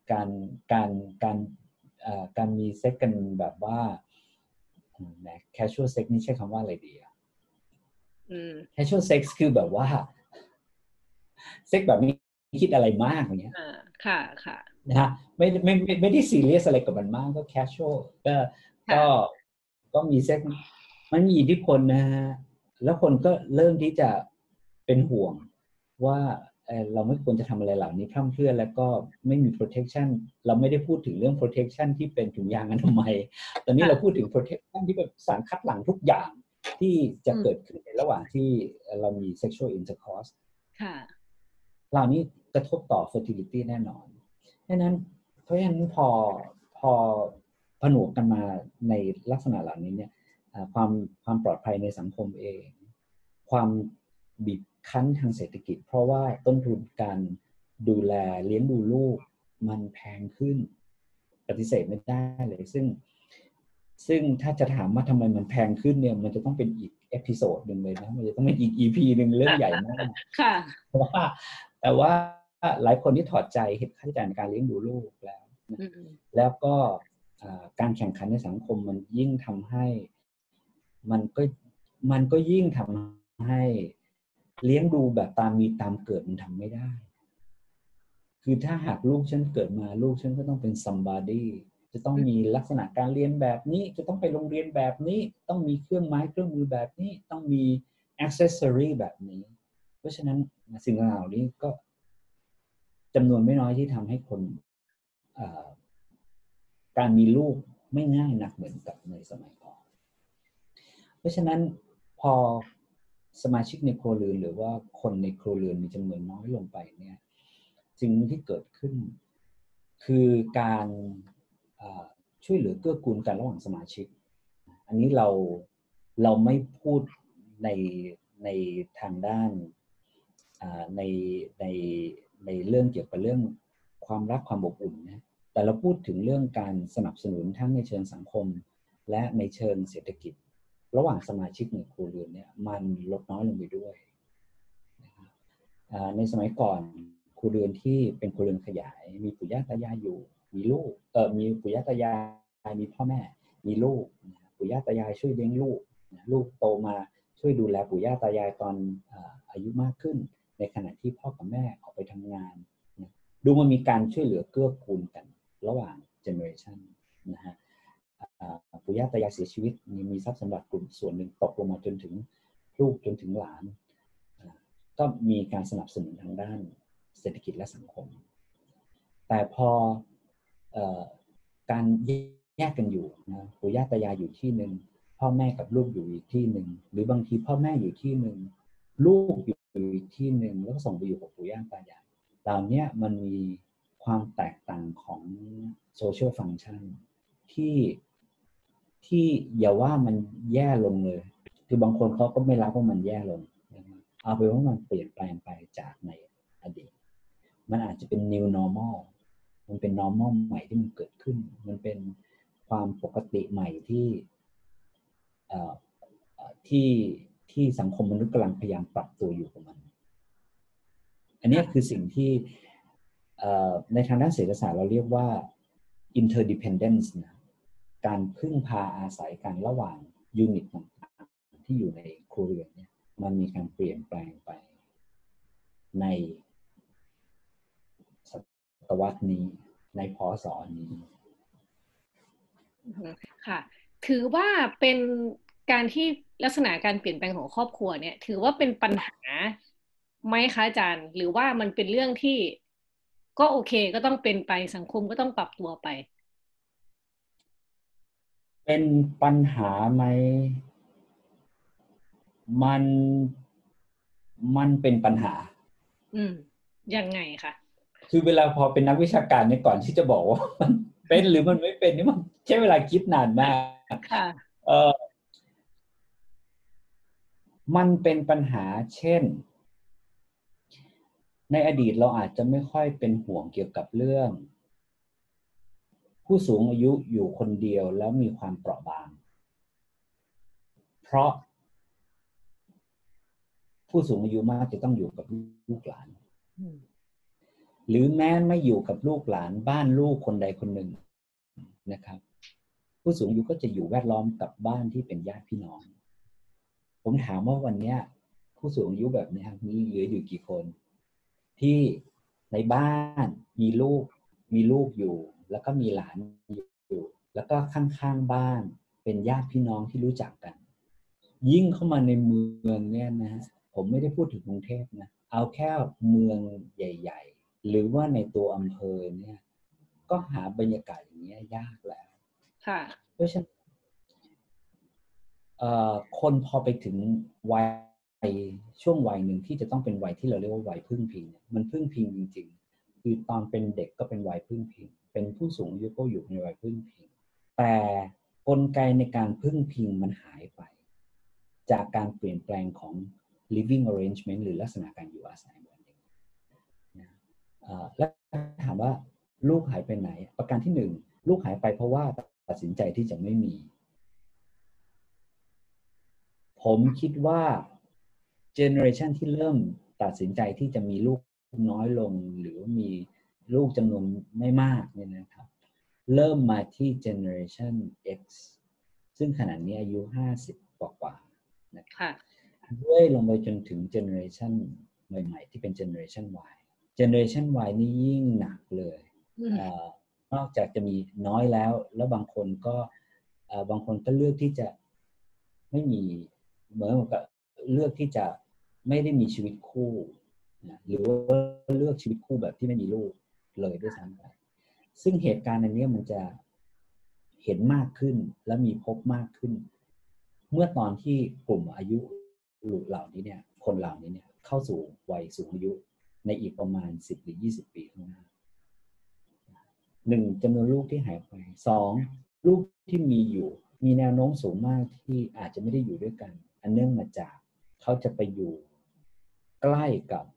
การมีเซ็กกันแบบว่า casual sex นี่ใช้คำว่าอะไรดีcasual sex คือแบบว่าเซ็กแบบนี้คิดอะไรมากอย่างเงี้ยค่ะค่ะนะฮะไม่ได้ซีเรียสอะไรกับมันมากก็ casual ก็มีเซ็กมันมีอิทธิพลนะฮะแล้วคนก็เริ่มที่จะเป็นห่วงว่าเราไม่ควรจะทำอะไรเหล่านี้พร่ำเพรื่อแล้วก็ไม่มี protection เราไม่ได้พูดถึงเรื่อง protection ที่เป็นถุงยางอนามัยตอนนี้เราพูดถึง protection ที่เป็นสารคัดหลั่งทุกอย่างที่จะเกิดขึ้นในระหว่างที่เรามี sexual intercourse เหล่านี้กระทบต่อ fertility แน่นอนเพราะฉะนั้นพอผนวกกันมาในลักษณะเหล่านี้เนี่ยความปลอดภัยในสังคมเองความบีบคั้นทางเศรษฐกิจเพราะว่าต้นทุนการดูแลเลี้ยงดูลูกมันแพงขึ้นปฏิเสธไม่ได้เลยซึ่งถ้าจะถามว่าทำไมมันแพงขึ้นเนี่ยมันจะต้องเป็นอีกเอพิโซดหนึ่งเลยนะมันจะต้องเป็นอีก EP หนึ่งเรื่องใหญ่มากค่ะแต่ว่าหลายคนที่ถอดใจเห็นค่าใช้จ่ายในการเลี้ยงดูลูกแล้วก็การแข่งขันในสังคมมันยิ่งทำให้มันก็ยิ่งทำให้เลี้ยงดูแบบตามมีตามเกิดมันทำไม่ได้คือถ้าหากลูกฉันเกิดมาลูกฉันก็ต้องเป็น somebody จะต้องมีลักษณะการเรียนแบบนี้จะต้องไปโรงเรียนแบบนี้ต้องมีเครื่องไม้เครื่องมือแบบนี้ต้องมี accessory แบบนี้เพราะฉะนั้นสิ่งเหล่านี้ก็จำนวนไม่น้อยที่ทำให้คนการมีลูกไม่ง่ายนักเหมือนกับในสมัยก่อนเพราะฉะนั้นพอสมาชิกในครัวเรือนหรือว่าคนในครัวเรือนมีจำนวนน้อยลงไปเนี่ยสิ่งที่เกิดขึ้นคือการช่วยเหลือเกื้อกูลกันระหว่างสมาชิกอันนี้เราไม่พูดในทางด้านในเรื่องเกี่ยวกับเรื่องความรักความอบอุ่นนะแต่เราพูดถึงเรื่องการสนับสนุนทั้งในเชิงสังคมและในเชิงเศรษฐกิจระหว่างสมาชิกในครัวเรือนเนี่ยมันลดน้อยลงไปด้วยในสมัยก่อนครัวเรือนที่เป็นครัวเรือนขยายมีปู่ย่าตายายอยู่มีลูกมีปู่ย่าตายายมีพ่อแม่มีลูกปู่ย่าตายายช่วยเลี้ยงลูกโตมาช่วยดูแลปู่ย่าตายายตอนอายุมากขึ้นในขณะที่พ่อกับแม่ออกไปทำงานดูมันมีการช่วยเหลือเกื้อกูลกันระหว่างเจเนอเรชันนะฮะปู่ย่าตายายเสียชีวิตมีทรัพย์สมบัติกลุ่มส่วนหนึ่งตกลงมาจนถึงลูกจนถึงหลานก็มีการสนับสนุนทางด้านเศรษฐกิจและสังคมแต่พอการแยกกันอยู่นะปู่ย่าตายายอยู่ที่หนึ่งพ่อแม่กับลูกอยู่อีกที่หนึ่งหรือบางทีพ่อแม่อยู่ที่หนึ่งลูกอยู่อีกที่หนึ่งแล้วก็ส่งไปอยู่กับปู่ย่าตายายเหล่านี้มันมีความแตกต่างของโซเชียลฟังก์ชันที่อย่าว่ามันแย่ลงเลยคือบางคนเขาก็ไม่รับว่ามันแย่ลงเอาไปว่ามันเปลี่ยนแปลงไปจากในอดีตมันอาจจะเป็น new normal มันเป็น normal ใหม่ที่มันเกิดขึ้นมันเป็นความปกติใหม่ที่สังคมมนุษย์กำลังพยายามปรับตัวอยู่กับมันอันนี้คือสิ่งที่ในทางด้านเศรษฐศาสตร์เราเรียกว่า interdependence นะการพึ่งพาอาศัยกันระหว่างยูนิตต่างๆที่อยู่ในครัวเรือนเนี่ยมันมีการเปลี่ยนแปลงไปในศตวรรษนี้ในพ.ศ.นี้ค่ะถือว่าเป็นการที่ลักษณะการเปลี่ยนแปลงของครอบครัวเนี่ยถือว่าเป็นปัญหาไหมคะอาจารย์หรือว่ามันเป็นเรื่องที่ก็โอเคก็ต้องเป็นไปสังคมก็ต้องปรับตัวไปเป็นปัญหาไหมมันเป็นปัญหายังไงคะคือเวลาพอเป็นนักวิชาการเนี่ยก่อนที่จะบอกว่ามันเป็นหรือมันไม่เป็นนี่มันใช้เวลาคิดนานมากค่ะมันเป็นปัญหาเช่นในอดีตเราอาจจะไม่ค่อยเป็นห่วงเกี่ยวกับเรื่องผู้สูงอายุอยู่คนเดียวแล้วมีความเปราะบางเพราะผู้สูงอายุมากจะต้องอยู่กับลูกหลานหรือแม้ไม่อยู่กับลูกหลานบ้านลูกคนใดคนหนึ่งนะครับผู้สูงอายุก็จะอยู่แวดล้อมกับบ้านที่เป็นญาติพี่น้องผมถามว่าวันนี้ผู้สูงอายุแบบนี้มีเหลืออยู่กี่คนที่ในบ้านมีลูกอยู่แล้วก็มีหลานอยู่แล้วก็ข้างๆบ้านเป็นญาติพี่น้องที่รู้จักกันยิ่งเข้ามาในเมืองเนี่ยนะฮะผมไม่ได้พูดถึงกรุงเทพนะเอาแค่เมืองใหญ่ๆหรือว่าในตัวอำเภอเนี่ยก็หาบรรยากาศอย่างนี้ยากแล้วค่ะเพราะฉะนั้นคนพอไปถึงวัยช่วงวัยหนึ่งที่จะต้องเป็นวัยที่เราเรียกว่าวัยพึ่งพิงมันพึ่งพิงจริงๆคือตอนเป็นเด็กก็เป็นวัยพึ่งพิงเป็นผู้สูงอายุก็อยู่ในวัยพึ่งพิงแต่กลไกในการพึ่งพิงมันหายไปจากการเปลี่ยนแปลงของ living arrangement หรือลักษณะการอยู่อาศัยแบบนี้นะแล้วถามว่าลูกหายไปไหนประการที่หนึ่งลูกหายไปเพราะว่าตัดสินใจที่จะไม่มีผมคิดว่าเจเนอเรชันที่เริ่มตัดสินใจที่จะมีลูกน้อยลงหรือมีลูกจำนวนไม่มากเนี่ยนะครับเริ่มมาที่เจเนอเรชัน X ซึ่งขณะนี้อายุ50กว่าๆนะครับด้วยลงไปจนถึงเจเนอเรชันใหม่ๆที่เป็นเจเนอเรชัน Y เจเนอเรชัน Y นี่ยิ่งหนักเลยนอกจากจะมีน้อยแล้วบางคนก็เลือกที่จะไม่มีเหมือนกับเลือกที่จะไม่ได้มีชีวิตคู่นะหรือว่าเลือกชีวิตคู่แบบที่ไม่มีลูกเลยด้วยซ้ำไปซึ่งเหตุการณ์อันนี้มันจะเห็นมากขึ้นและมีพบมากขึ้นเมื่อตอนที่กลุ่มอายุเหล่านี้เนี่ยคนเหล่านี้เนี่ยเข้าสู่วัยสูงอายุในอีกประมาณ10หรือ20ปีข้างหน้า1จำนวนลูกที่หายไป2ลูกที่มีอยู่มีแนวโน้มสูงมากที่อาจจะไม่ได้อยู่ด้วยกันอันเนื่องมาจากเขาจะไปอยู่ใกล้กับ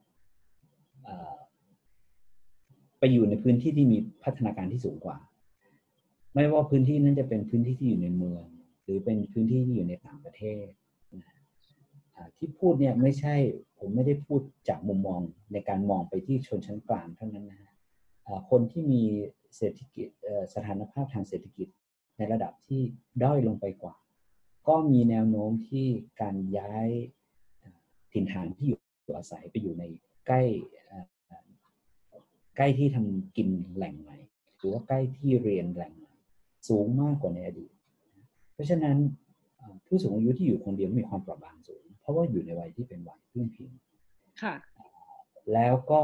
ไปอยู่ในพื้นที่ที่มีพัฒนาการที่สูงกว่าไม่ว่าพื้นที่นั้นจะเป็นพื้นที่ที่อยู่ในเมืองหรือเป็นพื้นที่ที่อยู่ในต่างประเทศที่พูดเนี่ยไม่ใช่ผมไม่ได้พูดจากมุมมองในการมองไปที่ชนชั้นกลางเท่านั้นนะฮะคนที่มีเศรษฐกิจสถานภาพทางเศรษฐกิจในระดับที่ด้อยลงไปกว่าก็มีแนวโน้มที่การย้ายถิ่นฐานที่อยู่อาศัยไปอยู่ในใกล้ที่ทำกินแหล่งใหม่หรือว่าใกล้ที่เรียนแหล่งใหม่สูงมากกว่าในอดีตเพราะฉะนั้นผู้สูงอายุที่อยู่คนเดียวมีความเปราะบางสูงเพราะว่าอยู่ในวัยที่เป็นวัยพึ่งพิงค่ะแล้วก็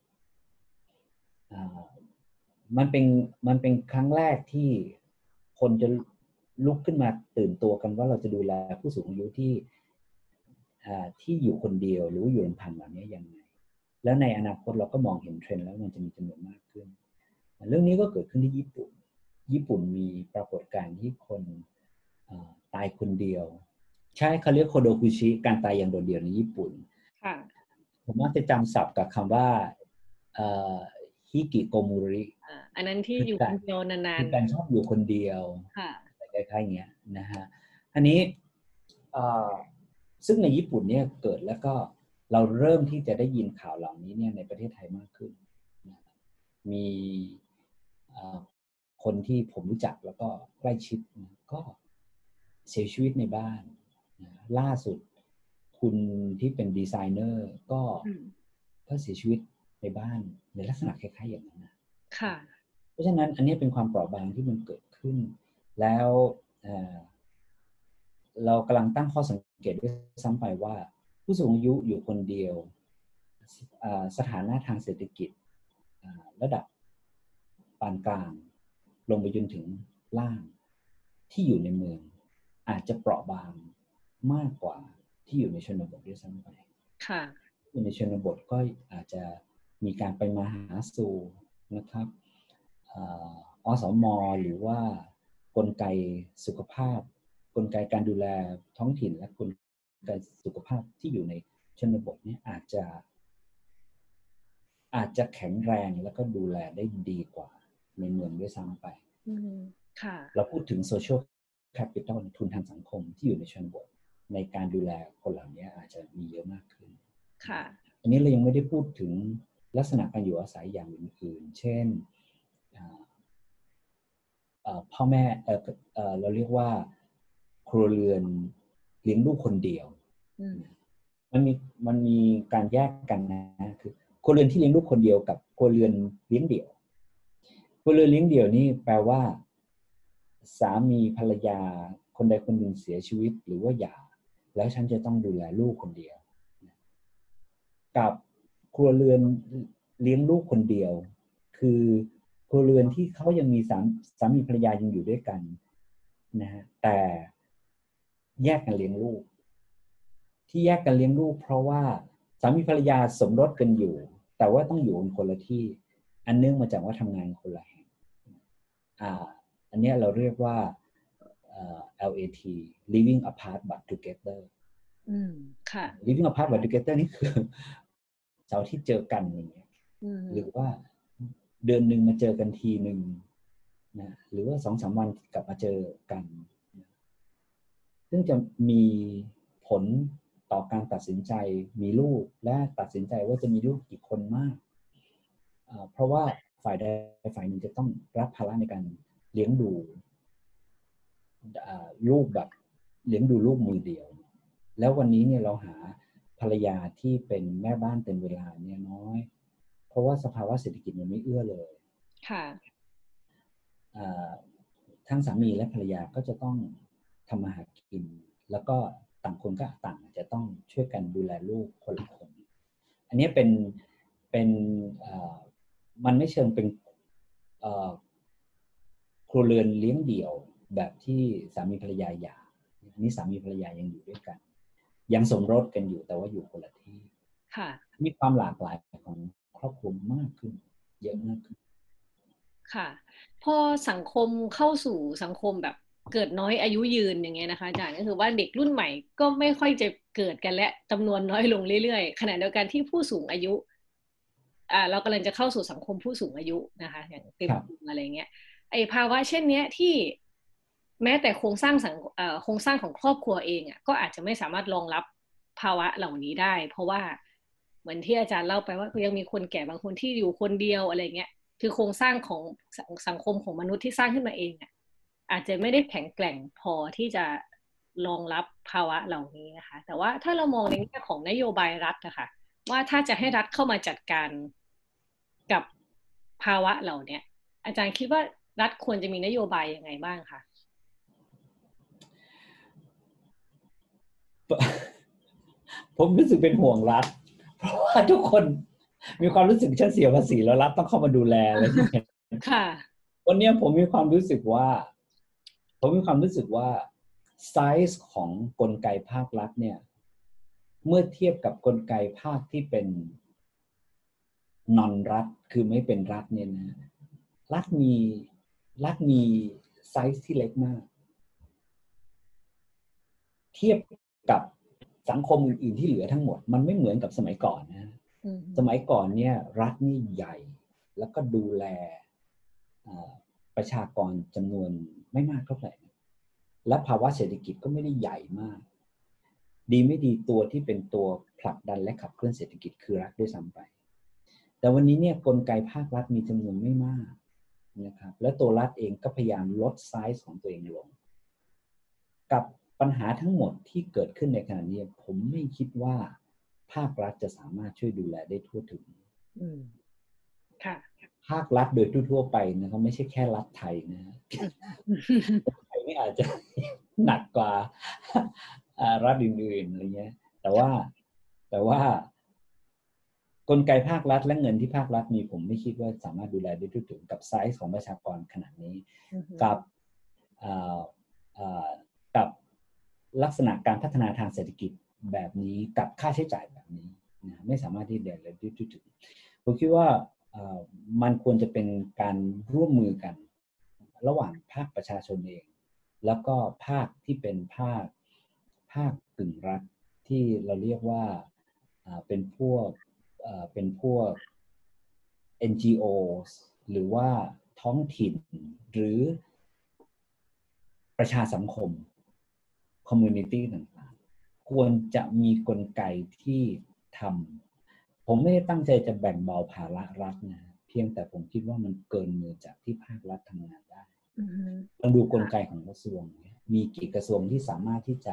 มันเป็นครั้งแรกที่คนจะลุกขึ้นมาตื่นตัวกันว่าเราจะดูแลผู้สูงอายุที่อยู่คนเดียวหรืออยู่ลำพังแบบนี้ยังไงแล้วในอนาคตเราก็มองเห็นเทรนด์แล้วมันจะมีจำนวนมากขึ้นเรื่องนี้ก็เกิดขึ้นที่ญี่ปุ่นมีปรากฏการณ์ที่คนตายคนเดียวใช่เขาเรียกโคโดคุชิการตายอย่างโดดเดี่ยวในญี่ปุ่นผมมักจะจำศัพท์กับคำว่าฮิกิโกมุริอันนั้นที่อยู่คนเดียวนานๆการชอบอยู่คนเดียวคล้ายๆอย่างเงี้ยนะฮะอันนี้ซึ่งในญี่ปุ่นเนี่ยเกิดแล้วก็เราเริ่มที่จะได้ยินข่าวเหล่านี้เนี่ยในประเทศไทยมากขึ้นมีคนที่ผมรู้จักแล้วก็ใกล้ชิดก็เสียชีวิตในบ้านล่าสุดคุณที่เป็นดีไซเนอร์ก็เสียชีวิตในบ้านในลักษณะคล้ายๆอย่างนั้นนะค่ะเพราะฉะนั้นอันนี้เป็นความเปราะบางที่มันเกิดขึ้นแล้วเรากำลังตั้งข้อสังเกตด้วยซ้ำไปว่าผู้สูงอายุอยู่คนเดียวสถานะทางเศรษฐกิจระดับปานกลางลงไปจนถึงล่างที่อยู่ในเมืองอาจจะเปราะบางมากกว่าที่อยู่ในชนบทด้วยซ้ำไปค่ะอยู่ในชนบทก็อาจจะมีการไปมาหาสู่นะครับอสม.หรือว่ากลไกสุขภาพกลไกการดูแลท้องถิ่นและกลไกสุขภาพที่อยู่ในชนบทนี้อาจจะแข็งแรงแล้วก็ดูแลได้ดีกว่าในเมืองด้วยซ้ำไปเราพูดถึง social capital ทุนทางสังคมที่อยู่ในชนบทในการดูแลคนเหล่านี้อาจจะมีเยอะมากขึ้นอันนี้เรายังไม่ได้พูดถึงลักษณะการอยู่อาศัยอย่างอื่นๆเช่นพ่อแม่เราเรียกว่าครัวเรือนเลี้ยงลูกคนเดียวมันมีการแยกกันนะคือครัวเรือนที่เลี้ยงลูกคนเดียวกับครัวเรือนเลี้ยงเดี่ยวครัวเรือนเลี้ยงเดี่ยวนี่แปลว่าสามีภรรยาคนใดคนหนึ่งเสียชีวิตหรือว่าหย่าแล้วฉันจะต้องดูแลลูกคนเดียวกับครัวเรือนเลี้ยงลูกคนเดียวคือครัวเรือนที่เขายังมีสามีภรรยายังอยู่ด้วยกันนะฮะแต่แยกกันเลี้ยงลูกที่แยกกันเลี้ยงลูกเพราะว่าสามีภรรยาสมรสกันอยู่แต่ว่าต้องอยู่คนละที่อันเนื่องมาจากว่าทำงานคนละแห่งอันนี้เราเรียกว่าLAT living apart but together ค่ะ living apart but together นี่คือเสาร์ที่เจอกันอย่างเงี้ยหรือว่าเดือนหนึ่งมาเจอกันทีหนึ่งนะหรือว่า 2-3 วันกลับมาเจอกันซึ่งจะมีผลต่อการตัดสินใจมีลูกและตัดสินใจว่าจะมีลูกกี่คนมากเพราะว่าฝ่ายใดฝ่ายหนึ่งจะต้องรับภาระในการเลี้ยงดูลูกแบบเลี้ยงดูลูกมือเดียวแล้ววันนี้เนี่ยเราหาภรรยาที่เป็นแม่บ้านเต็มเวลาเนี่ยน้อยเพราะว่าสภาวะเศรษฐกิจมันไม่เอื้อเลยค่ะทั้งสามีและภรรยาก็จะต้องทำมาหากินแล้วก็ต่างคนก็ต่างจะต้องช่วยกันดูแลลูกคนละคนอันนี้เป็นมันไม่เชิงเป็นครัวเรือนเลี้ยงเดี่ยวแบบที่สามีภรรยาหย่านี่สามีภรรยายังอยู่ด้วยกันยังสมรสกันอยู่แต่ว่าอยู่คนละที่ค่ะมีความหลากหลายของครอบครัวมากขึ้นเยอะมากขึ้นค่ะพอสังคมเข้าสู่สังคมแบบเกิดน้อยอายุยืนอย่างเงี้ยนะคะอาจารย์ก็คือว่าเด็กรุ่นใหม่ก็ไม่ค่อยจะเกิดกันและจำนวนน้อยลงเรื่อยๆขณะเดียวกันที่ผู้สูงอายุเรากำลังจะเข้าสู่สังคมผู้สูงอายุนะคะอย่างเต็มตัวอะไรเงี้ยไอ้ภาวะเช่นนี้ที่แม้แต่โครงสร้างของครอบครัวเองก็อาจจะไม่สามารถรองรับภาวะเหล่านี้ได้เพราะว่าเหมือนที่อาจารย์เล่าไปว่ายังมีคนแก่บางคนที่อยู่คนเดียวอะไรเงี้ยคือโครงสร้างของสังคมของมนุษย์ที่สร้างขึ้นมาเองอาจจะไม่ได้แข็งแกร่งพอที่จะรองรับภาวะเหล่านี้นะคะแต่ว่าถ้าเรามองในแง่ของนโยบายรัฐนะคะว่าถ้าจะให้รัฐเข้ามาจัดการกับภาวะเหล่านี้อาจารย์คิดว่ารัฐควรจะมีนโยบายยังไงบ้างคะผมรู้สึกเป็นห่วงรัฐเพราะว่าทุกคนมีความรู้สึกฉันเสียภาษีแล้วรัฐต้องเข้ามาดูแลอะไรอย่างเงี้ยค่ะวันนี้ผมมีความรู้สึกว่าไซส์ของกลไกภาครัฐเนี่ยเมื่อเทียบกับกลไกภาคที่เป็นนอนรัฐคือไม่เป็นรัฐเนี่ยนะรัฐมีไซส์ที่เล็กมากเทียบกับสังคมอื่นๆที่เหลือทั้งหมดมันไม่เหมือนกับสมัยก่อนนะสมัยก่อนเนี่ยรัฐนี่ใหญ่แล้วก็ดูแลประชากรจำนวนไม่มากเท่าไหร่และภาวะเศรษฐกิจก็ไม่ได้ใหญ่มากดีไม่ดีตัวที่เป็นตัวผลักดันและขับเคลื่อนเศรษฐกิจคือรัฐด้วยซ้ำไปแต่วันนี้เนี่ยกลไกภาครัฐมีจำนวนไม่มากนะครับและตัวรัฐเองก็พยายามลดไซส์ของตัวเองลงกับปัญหาทั้งหมดที่เกิดขึ้นในขณะนี้ผมไม่คิดว่าภาครัฐจะสามารถช่วยดูแลได้ทั่วถึงภาครัฐโดยทั่วไปนะครับไม่ใช่แค่รัฐไทยนะไทยนี่อาจจะหนักกว่ารัฐอื่นๆอะไรเงี้ยแต่ว่ากลไกภาครัฐและเงินที่ภาครัฐมีผมไม่คิดว่าสามารถดูแลได้ทั่วถึงกับไซส์ของประชากรขนาดนี้กับลักษณะการพัฒนาทางเศรษฐกิจแบบนี้กับค่าใช้จ่ายแบบนี้นะไม่สามารถที่จะได้ทั่วถึงผมคิดว่ามันควรจะเป็นการร่วมมือกันระหว่างภาคประชาชนเองแล้วก็ภาคที่เป็นภาคกึ่งรัฐที่เราเรียกว่าเป็นพวกNGO หรือว่าท้องถิ่นหรือประชาสังคม community ต่างๆควรจะมีกลไกที่ทำผมไม่ได้ตั้งใจจะแบ่งเบาภาระรัฐนะเพียงแต่ผมคิดว่ามันเกินมือจากที่ภาครัฐทำงานได้ลองดูกลไกของกระทรวงมีกี่กระทรวงที่สามารถที่จะ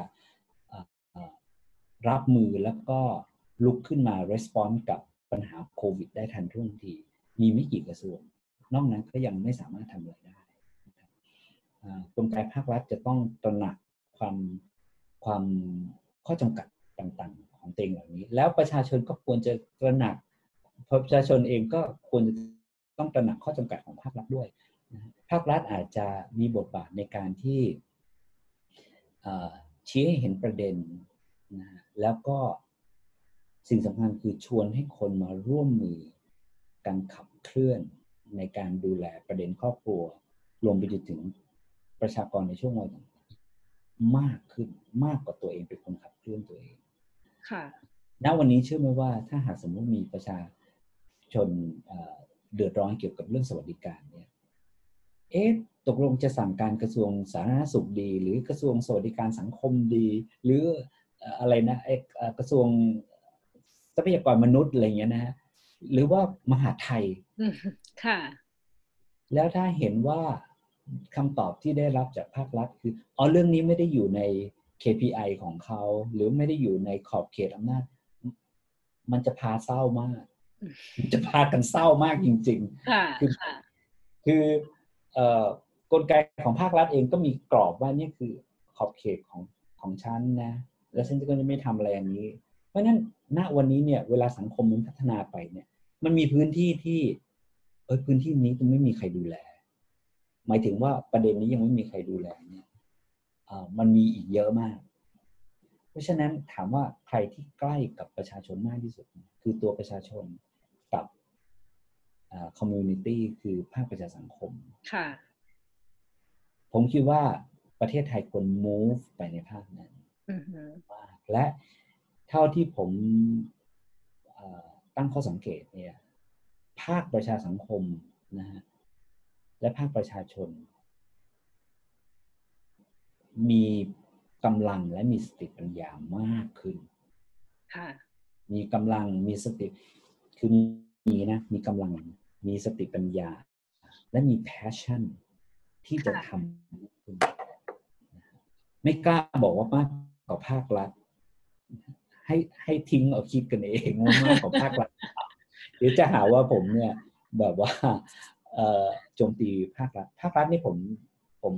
รับมือแล้วก็ลุกขึ้นมา response กับปัญหาโควิดได้ทันท่วงทีมีไม่กี่กระทรวงนอกนั้นก็ยังไม่สามารถทำอะไรได้กลไกภาครัฐจะต้องตระหนักความข้อจำกัดต่างๆของตัวเองเหล่านี้แล้วประชาชนก็ควรจะตระหนักประชาชนเองก็ควรจะต้องตระหนักข้อจำกัดของภาครัฐด้วยภาครัฐอาจจะมีบทบาทในการที่ชี้ให้เห็นประเด็นนะแล้วก็สิ่งสำคัญคือชวนให้คนมาร่วมมือกันขับเคลื่อนในการดูแลประเด็นครอบครัวรวมไปจนถึงประชากรในช่วงวัยต่างๆมากขึ้นมากกว่าตัวเองเป็นคนขับเคลื่อนตัวเองค่ะณวันนี้เชื่อไหมว่าถ้าหากสมมติมีประชาชนเดือดร้อนเกี่ยวกับเรื่องสวัสดิการเนี่ยตกลงจะสั่งการกระทรวงสาธารณสุขดีหรือกระทรวงสวัสดิการสังคมดีหรืออะไรนะกระทรวงทรัพยากรมนุษย์อะไรเงี้ยนะฮะหรือว่ามหาดไทยค่ะแล้วถ้าเห็นว่าคำตอบที่ได้รับจากภาครัฐคือเรื่องนี้ไม่ได้อยู่ใน KPI ของเขาหรือไม่ได้อยู่ในขอบเขตอำนาจมันจะพาเศร้ามากจะพากันเศร้ามากจริงๆคือกลไกของภาครัฐเองก็มีกรอบว่านี่คือขอบเขตของฉันนะแล้วฉันก็จะไม่ทำอะไรอย่างนี้เพราะฉะนั้นณวันนี้เนี่ยเวลาสังคมมันพัฒนาไปเนี่ยมันมีพื้นที่ที่พื้นที่นี้จะไม่มีใครดูแลหมายถึงว่าประเด็นนี้ยังไม่มีใครดูแลเนี่ยมันมีอีกเยอะมากเพราะฉะนั้นถามว่าใครที่ใกล้กับประชาชนมากที่สุดคือตัวประชาชนกับcommunity คือภาคประชาสังคมค่ะผมคิดว่าประเทศไทยควร move ไปในภาคนั้นมากและเท่าที่ผมตั้งข้อสังเกตเนี่ยภาคประชาสังคมนะฮะและภาคประชาชนมีกำลังและมีสติปัญญามากขึ้นมีกำลังมีสติคือมีกำลังมีสติปัญญาและมี passion ที่จะทำไม่กล้าบอกว่ามากกว่าภาครัฐให้ทิ้งคิดกันเองว่ามากกว่าภาครัฐเดี๋ยวจะหาว่าผมเนี่ยแบบว่าโจมตีภาครัฐนี่ผม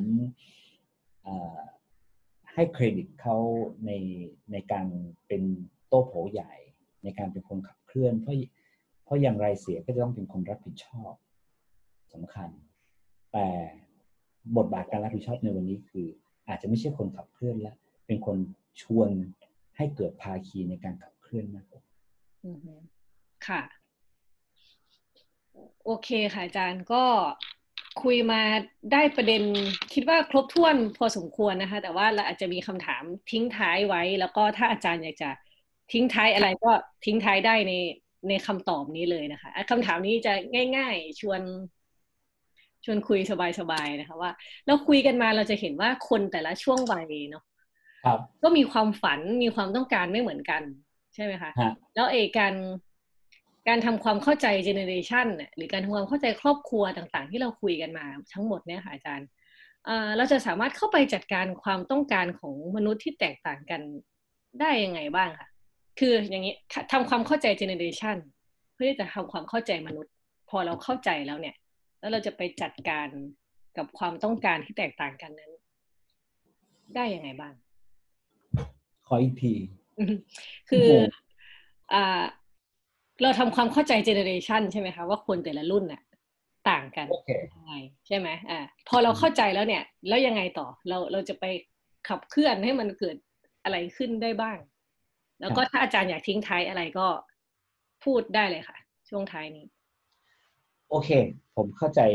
ให้เครดิตเขาในการเป็นโต้โผใหญ่ในการเป็นคนขับเคลื่อนเพราะอย่างไรเสียก็จะต้องเป็นคนรับผิดชอบสำคัญแต่บทบาทการรับผิดชอบในวันนี้คืออาจจะไม่ใช่คนขับเคลื่อนแล้วเป็นคนชวนให้เกิดภาคีในการขับเคลื่อนมากกว่าค่ะโอเคค่ะอาจารย์ก็คุยมาได้ประเด็นคิดว่าครบถ้วนพอสมควรนะคะแต่ว่าเราอาจจะมีคำถามทิ้งท้ายไว้แล้วก็ถ้าอาจารย์อยากจะทิ้งท้ายอะไรก็ทิ้งท้ายได้ในคำตอบนี้เลยนะคะคำถามนี้จะง่ายๆชวนคุยสบายๆนะคะว่าเราคุยกันมาเราจะเห็นว่าคนแต่ละช่วงวัยเนาะก็มีความฝันมีความต้องการไม่เหมือนกันใช่ไหมคะแล้วการทำความเข้าใจเจเนเรชันหรือการทำความเข้าใจครอบครัวต่างๆที่เราคุยกันมาทั้งหมดเนี่ยค่ะอาจารย์เราจะสามารถเข้าไปจัดการความต้องการของมนุษย์ที่แตกต่างกันได้ยังไงบ้างคะคืออย่างนี้ทำความเข้าใจเจเนเรชันเพื่อที่จะทำความเข้าใจมนุษย์พอเราเข้าใจแล้วเนี่ยแล้วเราจะไปจัดการกับความต้องการที่แตกต่างกันนั้นได้ยังไงบ้างขออีกทีคือเราทำความเข้าใจเจเนเรชันใช่ไหมคะว่าคนแต่ละรุ่นน่ะต่างกันยังไงใช่ไหมพอเราเข้าใจแล้วเนี่ยแล้วยังไงต่อเราจะไปขับเคลื่อนให้มันเกิดอะไรขึ้นได้บ้างแล้วก็ถ้าอาจารย์อยากทิ้งท้ายอะไรก็พูดได้เลยค่ะช่วงท้ายนี้โอเคผมเข้าใจ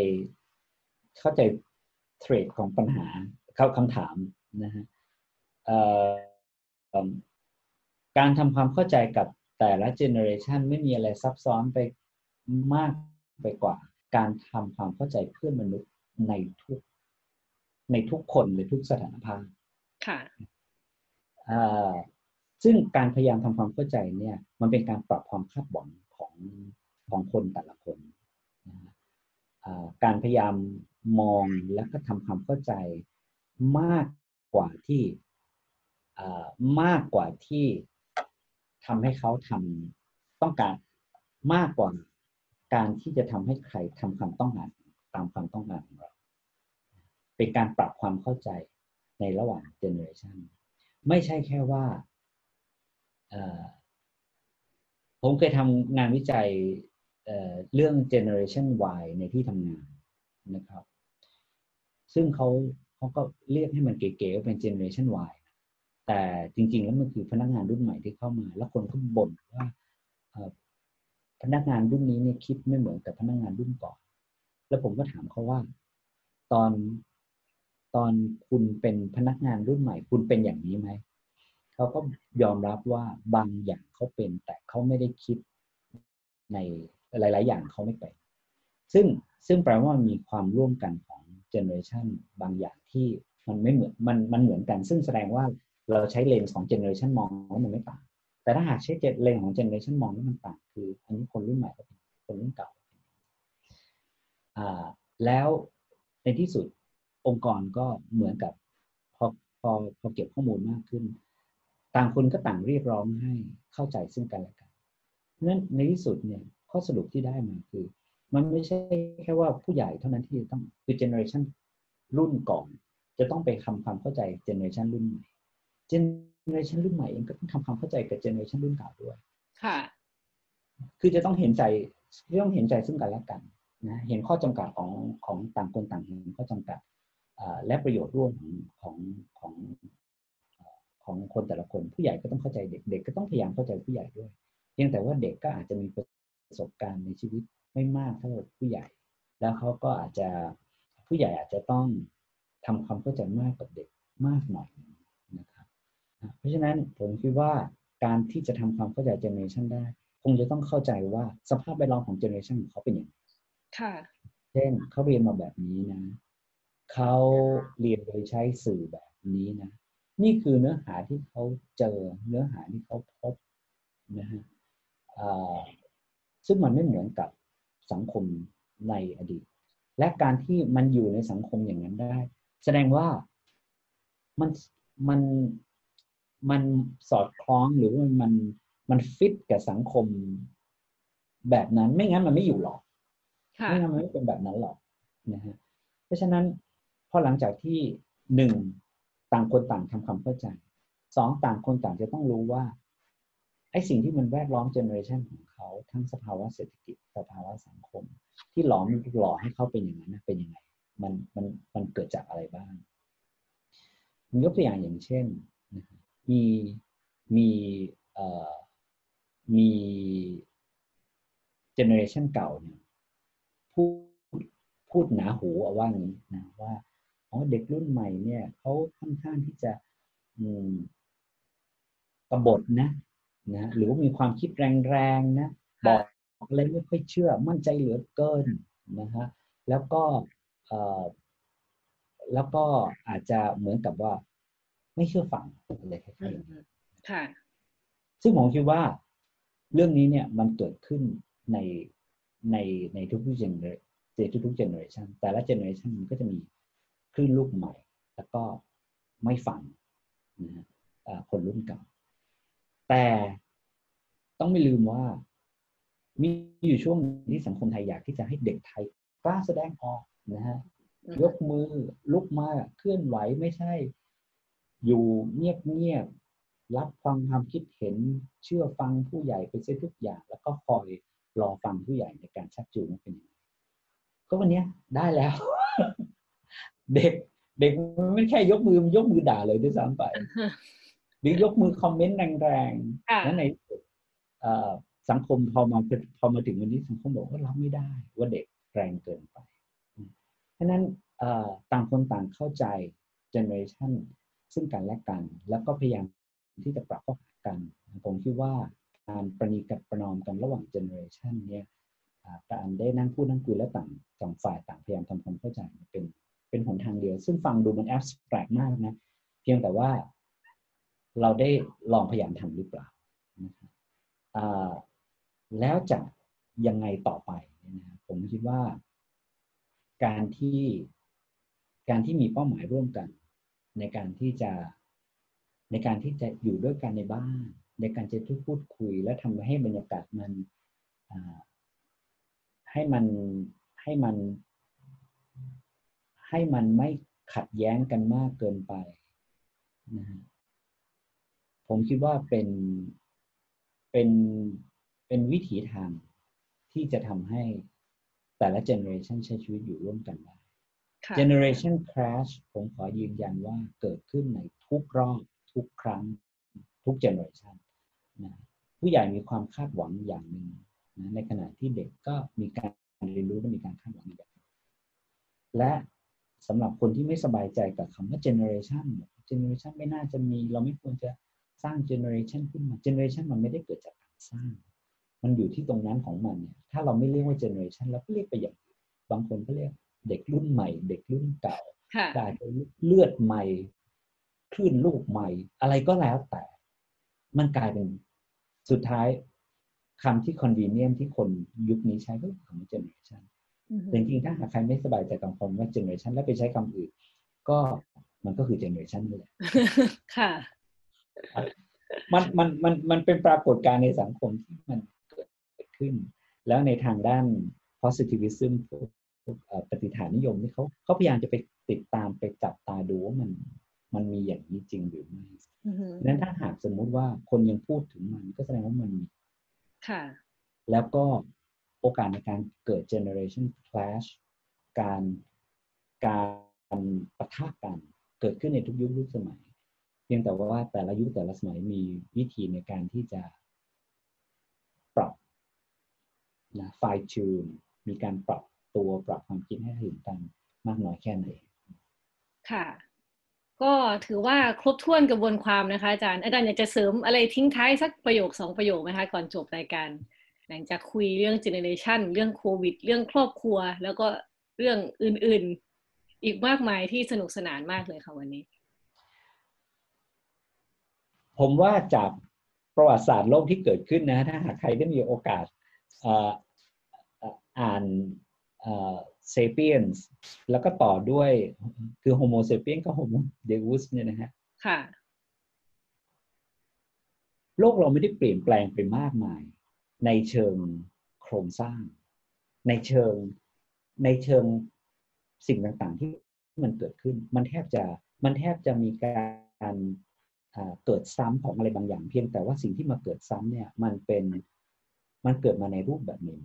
เทรดของปัญหาคำถามนะฮะการทำความเข้าใจกับแต่ละเจเนอเรชันไม่มีอะไรซับซ้อนไปมากไปกว่าการทำความเข้าใจเพื่อนมนุษย์ในทุกคนในทุกสถานภาพค่ะซึ่งการพยายามทำความเข้าใจเนี่ยมันเป็นการปรับความคาดหวังของคนแต่ละคนการพยายามมองและก็ทำความเข้าใจมากกว่าที่ทำให้เขาต้องการมากกว่าการที่จะทำให้ใครทำความต้องการตามความต้องการของเราเป็นการปรับความเข้าใจในระหว่างเจเนอเรชันไม่ใช่แค่ว่าผมเคยทำงานวิจัยเรื่อง Generation Y ในที่ทำงานนะครับซึ่งเขาก็เรียกให้มันเก๋ๆว่าเป็น Generation Y แต่จริงๆแล้วมันคือพนักงานรุ่นใหม่ที่เข้ามาแล้วคนก็บ่นว่าพนักงานรุ่นนี้เนี่ยคิดไม่เหมือนกับพนักงานรุ่นก่อนแล้วผมก็ถามเขาว่าตอนคุณเป็นพนักงานรุ่นใหม่คุณเป็นอย่างนี้ไหมคเขาก็ยอมรับว่าบางอย่างเขาเป็นแต่เขาไม่ได้คิดในหลายๆอย่างเขาไม่เป็นซึ่งแปลว่ามันมีความร่วมกันของเจเนอเรชันบางอย่างที่มันไม่เหมือนมันเหมือนกันซึ่งแสดงว่าเราใช้เลนส์ของเจเนอเรชันมองแล้วมันไม่ต่างแต่ถ้าหากใช้เลนส์ของเจเนอเรชันมองแล้วมันต่างคืออันนี้คนรุ่นใหม่ก็เป็นคนรุ่นเก่าแล้วในที่สุดองค์กรก็เหมือนกับพอเก็บข้อมูลมากขึ้นต่างคนก็ต่างเรียกร้องให้เข้าใจซึ่งกันและกันนั้นในที่สุดเนี่ยข้อสรุปที่ได้มาคือมันไม่ใช่แค่ว่าผู้ใหญ่เท่านั้นที่ต้องคือเจเนอเรชันรุ่นก่อนจะต้องไปทำความเข้าใจเจเนอเรชันรุ่นใหม่เจเนอเรชันรุ่นใหม่เองก็ต้องทำความเข้าใจกับเจเนอเรชันรุ่นเก่าด้วยค่ะคือจะต้องเห็นใจซึ่งกันและกันนะเห็นข้อจำกัดของต่างคนต่างเห็นข้อจำกัดและประโยชน์ร่วมของคนแต่ละคนผู้ใหญ่ก็ต้องเข้าใจเด็กเด็กก็ต้องพยายามเข้าใจผู้ใหญ่ด้วยเพียงแต่ว่าเด็กก็อาจจะมีประสบการณ์ในชีวิตไม่มากเท่าผู้ใหญ่แล้วเขาก็อาจจะผู้ใหญ่อาจจะต้องทำความเข้าใจมากกับเด็กมากหน่อยนะครับเพราะฉะนั้นผมคิดว่าการที่จะทำความเข้าใจเจเนอเรชันได้คงจะต้องเข้าใจว่าสภาพแวดล้อมของเจเนอเรชันของเขาเป็นอย่างไรเช่นเขาเรียนมาแบบนี้นะเขาเรียนโดยใช้สื่อแบบนี้นะนี่คือเนื้อหาที่เขาเจอเนื้อหาที่เขาพบนะฮะซึ่งมันไม่เหมือนกับสังคมในอดีตและการที่มันอยู่ในสังคมอย่างนั้นได้แสดงว่ามันสอดคล้องหรือว่ามันฟิตกับสังคมแบบนั้นไม่งั้นมันไม่อยู่หรอกไม่งั้นมันไม่เป็นแบบนั้นหรอกนะฮะเพราะฉะนั้นพอหลังจากที่หนึ่งต่างคนต่างทำความเข้าใจสองต่างคนต่างจะต้องรู้ว่าไอ้สิ่งที่มันแวดล้อมเจเนอเรชันของเขาทั้งสภาวะเศรษฐกิจสภาวะสังคมที่หล่อให้เขาเป็นอย่างนั้นเป็นยังไงมันเกิดจากอะไรบ้างยกตัวอย่างเช่นมีเจเนอเรชันเก่าเนี่ยพูดหนาหูว่างี้นะว่าเด็กรุ่นใหม่เนี่ยเขาค่อนข้างที่จะกบฏนะหรือว่ามีความคิดแรงๆนะบอกอะไรไม่ค่อยเชื่อมั่นใจเหลือเกินนะฮะแล้วก็อาจจะเหมือนกับว่าไม่เชื่อฟังอะไรคล้ายๆค่ะซึ่งผมคิดว่าเรื่องนี้เนี่ยมันเกิดขึ้นในทุกเจเนอเรชันแต่ละเจเนอเรชันมันก็จะมีคลื่นลูกใหม่แล้วก็ไม่ฟังนะคนรุ่นเก่าแต่ต้องไม่ลืมว่ามีอยู่ช่วงที่สังคมไทยอยากที่จะให้เด็กไทยกล้าแสดงออกนะฮะยกมือลุกมาเคลื่อนไหวไม่ใช่อยู่เงียบรับฟังความคิดเห็นเชื่อฟังผู้ใหญ่ไปเสียทุกอย่างแล้วก็คอยรอฟังผู้ใหญ่ในการชักจูงว่าเป็นยังไงก็วันนี้ได้แล้ว เด็กไม่แค่ยกมือด่าเลยด้วยซ้ำไปหรือยกมือคอมเมนต์แรงๆและในสังคมพอมาถึงวันนี้สังคมบอกว่ารับไม่ได้ว่าเด็กแรงเกินไปเพราะนั้นต่างคนต่างเข้าใจเจเนอเรชันซึ่งกันและกันแล้วก็พยายามที่จะปรับเข้าหากันผมคิดว่าการประนีประนอมกันระหว่างเจเนอเรชันเนี่ยการได้นั่งพูดนั่งคุยและต่างฝ่ายต่างพยายามทำความเข้าใจเป็นหนทางเดียวซึ่งฟังดูมันแอบสแตรกมากนะเพียงแต่ว่าเราได้ลองพยายามทำหรือเปล่านะครับแล้วจะยังไงต่อไปนะผมคิดว่าการที่มีเป้าหมายร่วมกันในการที่จะอยู่ด้วยกันในบ้านในการจะพูดคุยและทำให้บรรยากาศมันให้มันไม่ขัดแย้งกันมากเกินไปนะฮะผมคิดว่าเป็นวิถีทางที่จะทำให้แต่ละเจเนอเรชันใช้ชีวิตอยู่ร่วมกันได้เจเนอเรชันคราชผมขอยืนยันว่าเกิดขึ้นในทุกรอบทุกครั้งทุกเจเนอเรชันนะผู้ใหญ่มีความคาดหวังอย่างหนึ่งนะในขณะที่เด็กก็มีการเรียนรู้และมีการคาดหวังอย่างหนึ่งและสำหรับคนที่ไม่สบายใจกับคำว่าเจเนอเรชันไม่น่าจะมีเราไม่ควรจะสร้างเจเนอเรชันขึ้นมาเจเนอเรชันมันไม่ได้เกิดจากการสร้างมันอยู่ที่ตรงนั้นของมันเนี่ยถ้าเราไม่เรียกว่าเจเนอเรชันเราก็เรียกไปอย่างบางคนก็เรียกเด็กรุ่นใหม่เด็กรุ่นเก่าได้เลือดใหม่คลื่นลูกใหม่อะไรก็แล้วแต่มันกลายเป็นสุดท้ายคำที่ convenient ที่คนยุคนี้ใช้ก็คือคำว่า generation แต่จริงๆถ้าหากใครไม่สบายใจกับคำว่า generation แล้วไปใช้คำอื่นก็มันก็คือ generation นี่แหละค่ะมันเป็นปรากฏการณ์ในสังคมที่มันเกิดขึ้นแล้วในทางด้าน positivism ปฏิฐานนิยมนี่เขาพยายามจะไปติดตามไปจับตาดูว่ามันมีอย่างนี้จริงหรือไม่นั้นถ้าหากสมมุติว่าคนยังพูดถึงมันก็แสดงว่ามันมีค่ะแล้วก็โอกาสในการเกิด generation clash การปะทะกันเกิดขึ้นในทุกยุคสมัยเพียงแต่ว่าแต่ละยุคแต่ละสมัยมีวิธีในการที่จะปรับนะ fine tune มีการปรับตัวปรับความคิดให้ถึงกันมากน้อยแค่ไหนค่ะก็ถือว่าครบถ้วนกระบวนความนะคะอาจารย์อยากจะเสริมอะไรทิ้งท้ายสักประโยค2ประโยคไหมคะก่อนจบรายการหลังจากคุยเรื่องเจเนอเรชันเรื่องโควิดเรื่องครอบครัวแล้วก็เรื่องอื่นๆอีกมากมายที่สนุกสนานมากเลยค่ะวันนี้ผมว่าจากประวัติศาสตร์โลกที่เกิดขึ้นนะถ้าหากใครได้มีโอกาสอ่านSapiens แล้วก็ต่อด้วยคือ Homo Sapiens กับ Homo Deus เนี่ยนะฮะค่ะโลกเราไม่ได้เปลี่ยนแปลงไปมากมายในเชิงโครงสร้างในเชิงสิ่งต่างๆที่มันเกิดขึ้นมันแทบจะมีการเกิดซ้ำของอะไรบางอย่างเพียงแต่ว่าสิ่งที่มาเกิดซ้ำเนี่ยมันเกิดมาในรูปแบบใหม่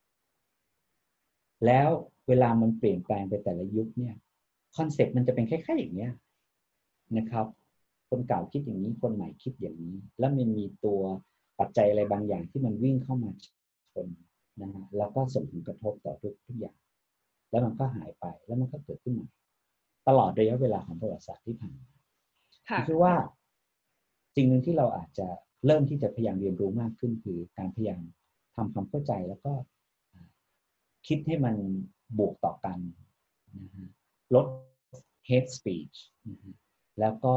ๆแล้วเวลามันเปลี่ยนแปลงไปแต่ละยุคเนี่ยคอนเซ็ปต์มันจะเป็นคล้ายๆอย่างนี้นะครับคนเก่าคิดอย่างนี้คนใหม่คิดอย่างนี้แล้วมันมีตัวปัจจัยอะไรบางอย่างที่มันวิ่งเข้ามาชนนะฮะแล้วก็ส่งผลกระทบต่อทุกอย่างแล้วมันก็หายไปแล้วมันก็เกิดขึ้นใหม่ตลอดระยะเวลาของประวัติศาสตร์ที่ผ่านมาคือว่าสิ่งหนึ่งที่เราอาจจะเริ่มที่จะพยายามเรียนรู้มากขึ้นคือการพยายามทำความเข้าใจแล้วก็คิดให้มันบวกต่อกันนะฮะลด hate speech นะฮะแล้วก็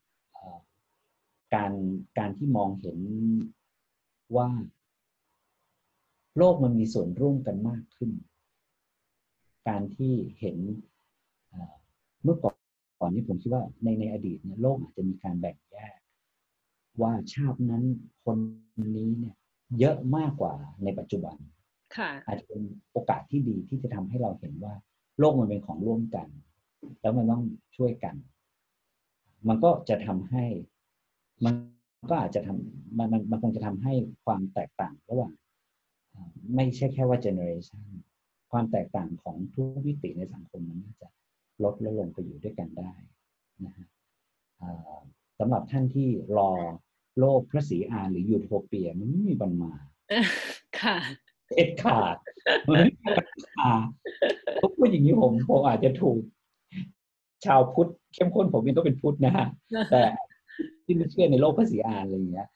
การที่มองเห็นว่าโลกมันมีส่วนร่วมกันมากขึ้นการที่เห็นเมื่อก่อนนี้ผมคิดว่าในอดีตเนี่ยโลกอาจจะมีการแบ่งแยกว่าชาตินั้นคนนี้เนี่ยเยอะมากกว่าในปัจจุบันอาจจะเป็นโอกาสที่ดีที่จะทำให้เราเห็นว่าโลกมันเป็นของร่วมกันแล้วมันต้องช่วยกันมันก็จะทำให้มันก็อาจจะมันคงจะทำให้ความแตกต่างระหว่างไม่ใช่แค่ว่า generation ความแตกต่างของทุกมิติในสังคมมันน่าจะลดและลงไปอยู่ด้วยกันได้นะฮะสำหรับท่านที่รอโลกพระศรีอานหรือยูโทเปียมันไม่มีวันมาค่ะเอ็ดขาดมันไม่มีวันมาทุกพูดอย่างนี้ผมอาจจะถูกชาวพุทธเข้มข้นผมเองก็เป็นพุทธนะฮะแต่ที่ไม่เชื่อในโลกพระศรีอานอะไรอย่างเงี้ย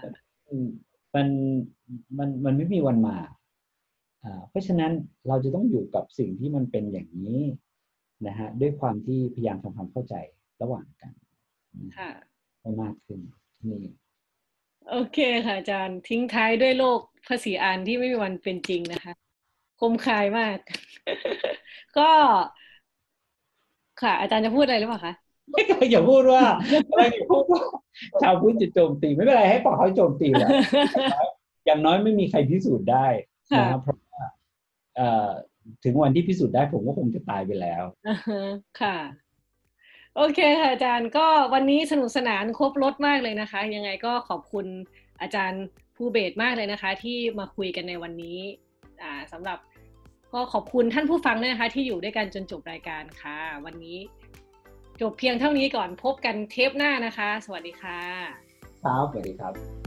มันไม่มีวันมาเพราะฉะนั้นเราจะต้องอยู่กับสิ่งที่มันเป็นอย่างนี้นะฮะด้วยความที่พยายามทำความเข้าใจระหว่างกันให้มากขึ้นนี่โอเคค่ะอาจารย์ทิ้งท้ายด้วยโลกภาษีอานที่ไม่มีวันเป็นจริงนะคะคมคายมากก็ค่ะอาจารย์จะพูดอะไรหรือเปล่าคะไม่เคยอย่าพูดว่าอะไรอย่าพูดว่าชาวพุทธจะโจมตีไม่เป็นไรให้ปล่อยเขาโจมตีแหละอย่างน้อยไม่มีใครพิสูจน์ได้นะเพราะว่าถึงวันที่พิสูจน์ได้ผมก็คงจะตายไปแล้วค่ะโอเคค่ะอาจารย์ก็วันนี้สนุกสนานครบรสมากเลยนะคะยังไงก็ขอบคุณอาจารย์ภูเบศรมากเลยนะคะที่มาคุยกันในวันนี้สำหรับก็ขอบคุณท่านผู้ฟังด้วยนะคะที่อยู่ด้วยกันจนจบรายการค่ะวันนี้จบเพียงเท่านี้ก่อนพบกันเทปหน้านะคะสวัสดีค่ะครับสวัสดีครับ